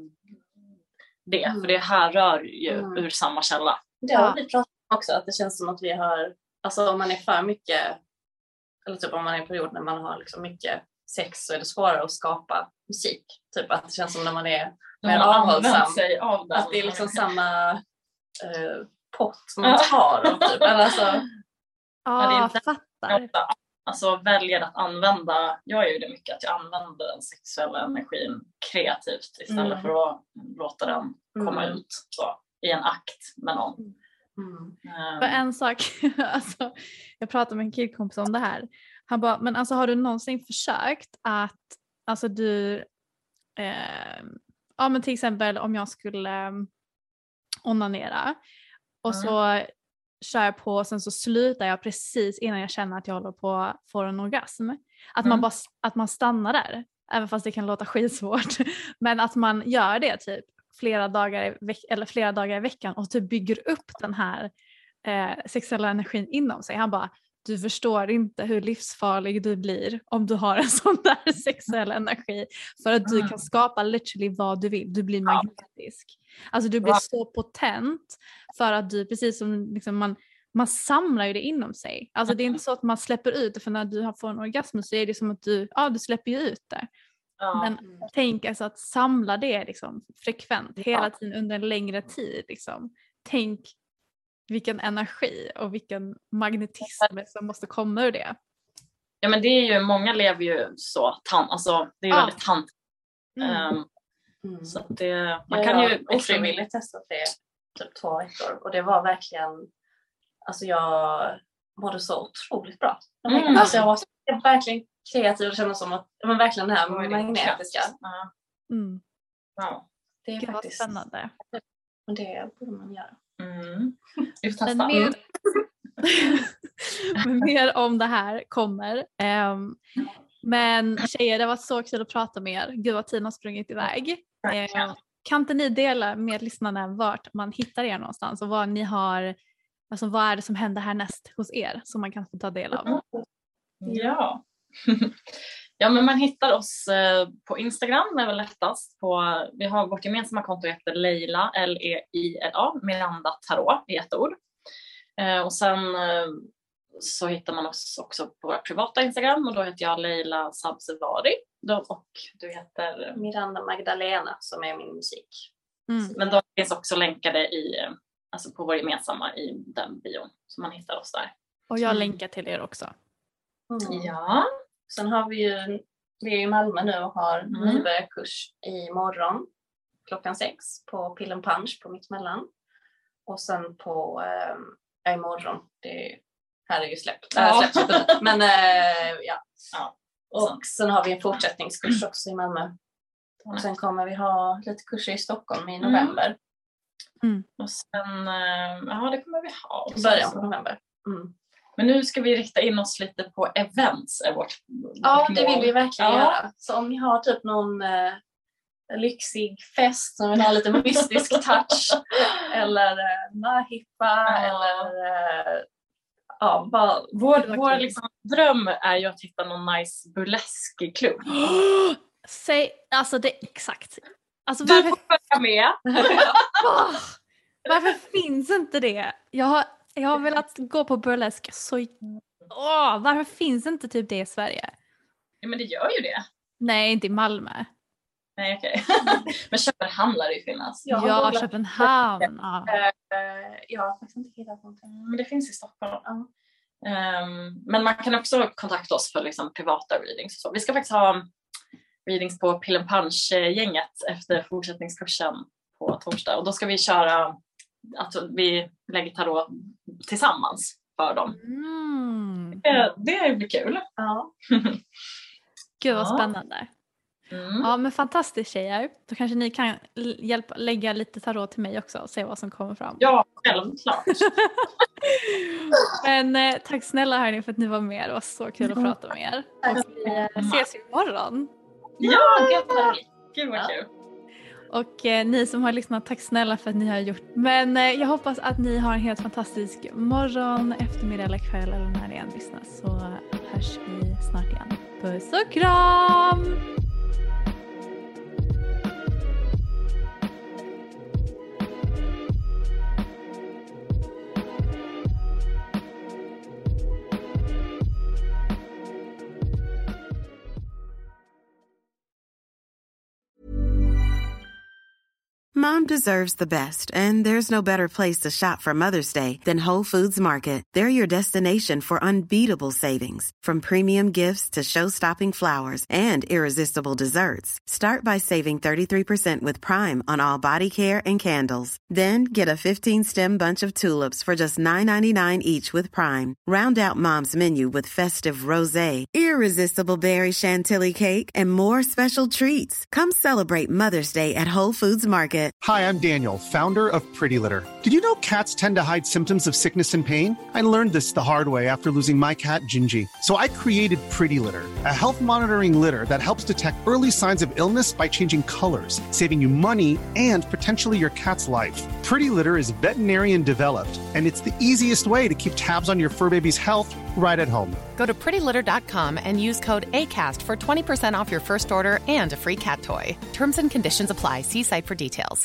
det, mm. för det här rör ju mm. ur samma källa. Ja, ja. Vi pratar också att det känns som att vi har, alltså om man är för mycket, eller typ om man är i en period när man har liksom mycket sex, så är det svårare att skapa musik. Typ att det känns som när man är mer avhållsam, sig av den. Att det är liksom samma uh, pott som man tar. Och typ. Alltså, ja, jag fattar. Alltså väljer att använda, jag gör ju det mycket, att jag använder den sexuella energin kreativt istället mm. för att låta den komma mm. ut så, i en akt med någon. Mm. Um. För en sak, alltså, jag pratade med en killkompis om det här. Han bara, men alltså har du någonsin försökt att, alltså du, eh, ja men till exempel om jag skulle um, onanera och mm. så kör jag på och sen så slutar jag precis innan jag känner att jag håller på att få en orgasm. Att, mm. man bara, att man stannar där, även fast det kan låta skitsvårt. Men att man gör det typ flera dagar i, veck- eller flera dagar i veckan och typ bygger upp den här eh, sexuella energin inom sig. Han bara, du förstår inte hur livsfarlig du blir om du har en sån där sexuell energi. För att du kan skapa literally vad du vill. Du blir magnetisk. Alltså du blir så potent för att du, precis som liksom man, man samlar ju det inom sig. Alltså det är inte så att man släpper ut det, för när du får en orgasm så är det som att du, ja du släpper ju ut det. Ja. Men tänk alltså att samla det liksom frekvent hela tiden under en längre tid. Liksom. Tänk vilken energi och vilken magnetism som måste komma ur det. Ja, men det är ju, många lever ju så, tan- alltså det är ju ja. väldigt tant. Mm. Um, mm. Så att det, man kan jag ju ofrivilligt testa det typ två veckor och det var verkligen, alltså jag mådde så otroligt bra. Mm. Alltså jag var, jag var verkligen kreativ och kände som att, men verkligen det här med magnetiska. Ja. Mm. Ja. Det är faktiskt spännande. Men det borde man göra. Mm. Vi får testa. Men, Mer om det här kommer. Um, men tjejer, det var så kul att prata med er. Gud vad tiden har sprungit iväg. Um, kan inte ni dela med lyssnarna vart man hittar er någonstans och vad ni har, alltså vad är det som händer härnäst hos er som man kan få ta del av? Ja. Ja, men man hittar oss på Instagram, är väl lättast. På, vi har vårt gemensamma konto heter Leila, L E I L A, Miranda Tarot i ett ord. Och sen så hittar man oss också på våra privata Instagram och då heter jag Leila Sabzevari och du heter Miranda Magdalena som är min musik. Mm. Men de finns också länkade i, alltså på vår gemensamma i den bion så man hittar oss där. Och jag länkar till er också. Mm. Ja. Sen har vi ju, vi är i Malmö nu och har mm. nybörjarkurs i morgon klockan sex på Pill and Punch på Mittmellan. Och sen på äh, imorgon, det här är ju släppt. Ja. Äh, släppt men äh, ja. ja. Och sen har vi en fortsättningskurs också i Malmö. Och sen kommer vi ha lite kurser i Stockholm i november. Mm. Och sen, ja det kommer vi ha. Början på november. Mm. Men nu ska vi rikta in oss lite på events. Är vårt, ja, vårt det vill vi verkligen ja. göra. Så om ni har typ någon eh, lyxig fest som vill ha lite mystisk touch. eller eh, mahippa. Ja. Eller eh, ja, bara, vår vår liksom, dröm är ju att hitta någon nice burleskklubb. Säg, alltså det är exakt. Alltså, du varför... får följa med. oh, varför finns inte det? Jag har Jag har velat gå på burlesk så... Åh, varför finns inte typ det i Sverige? Ja, men det gör ju det. Nej, inte i Malmö. Nej, okej. Okay. Men Köpenhamn lär det ju finnas. Ja, ja Köpenhamn. Ja. Uh, jag har faktiskt inte hittat någonting. Men det finns i Stockholm. Uh. Um, men man kan också kontakta oss för liksom, privata readings. Så vi ska faktiskt ha readings på Pill and Punch-gänget efter fortsättningskursen på torsdag. Och då ska vi köra... Alltså vi lägger tarot tillsammans för dem. Mm. Det, det blir kul. Ja. Gud vad ja. Spännande. Mm. Ja men fantastiskt tjejer. Då kanske ni kan hjälpa, lägga lite tarot till mig också och se vad som kommer fram. Ja, självklart. Men eh, tack snälla hörni för att ni var med. Det var så kul att prata med er. Och vi eh, ses imorgon. Ja, gud vad, gud vad kul. Och eh, ni som har lyssnat, tack snälla för att ni har gjort. Men eh, jag hoppas att ni har en helt fantastisk morgon, eftermiddag eller kväll eller när ni än lyssnar. Så hörs vi snart igen. Puss och kram! Mom deserves the best, and there's no better place to shop for Mother's Day than Whole Foods Market. They're your destination for unbeatable savings, from premium gifts to show-stopping flowers and irresistible desserts. Start by saving thirty-three percent with Prime on all body care and candles. Then get a fifteen-stem bunch of tulips for just nine ninety-nine each with Prime. Round out Mom's menu with festive rosé, irresistible berry chantilly cake, and more special treats. Come celebrate Mother's Day at Whole Foods Market. Hi, I'm Daniel, founder of Pretty Litter. Did you know cats tend to hide symptoms of sickness and pain? I learned this the hard way after losing my cat, Gingy. So I created Pretty Litter, a health monitoring litter that helps detect early signs of illness by changing colors, saving you money and potentially your cat's life. Pretty Litter is veterinarian developed, and it's the easiest way to keep tabs on your fur baby's health right at home. Go to pretty litter dot com and use code ACAST for twenty percent off your first order and a free cat toy. Terms and conditions apply. See site for details.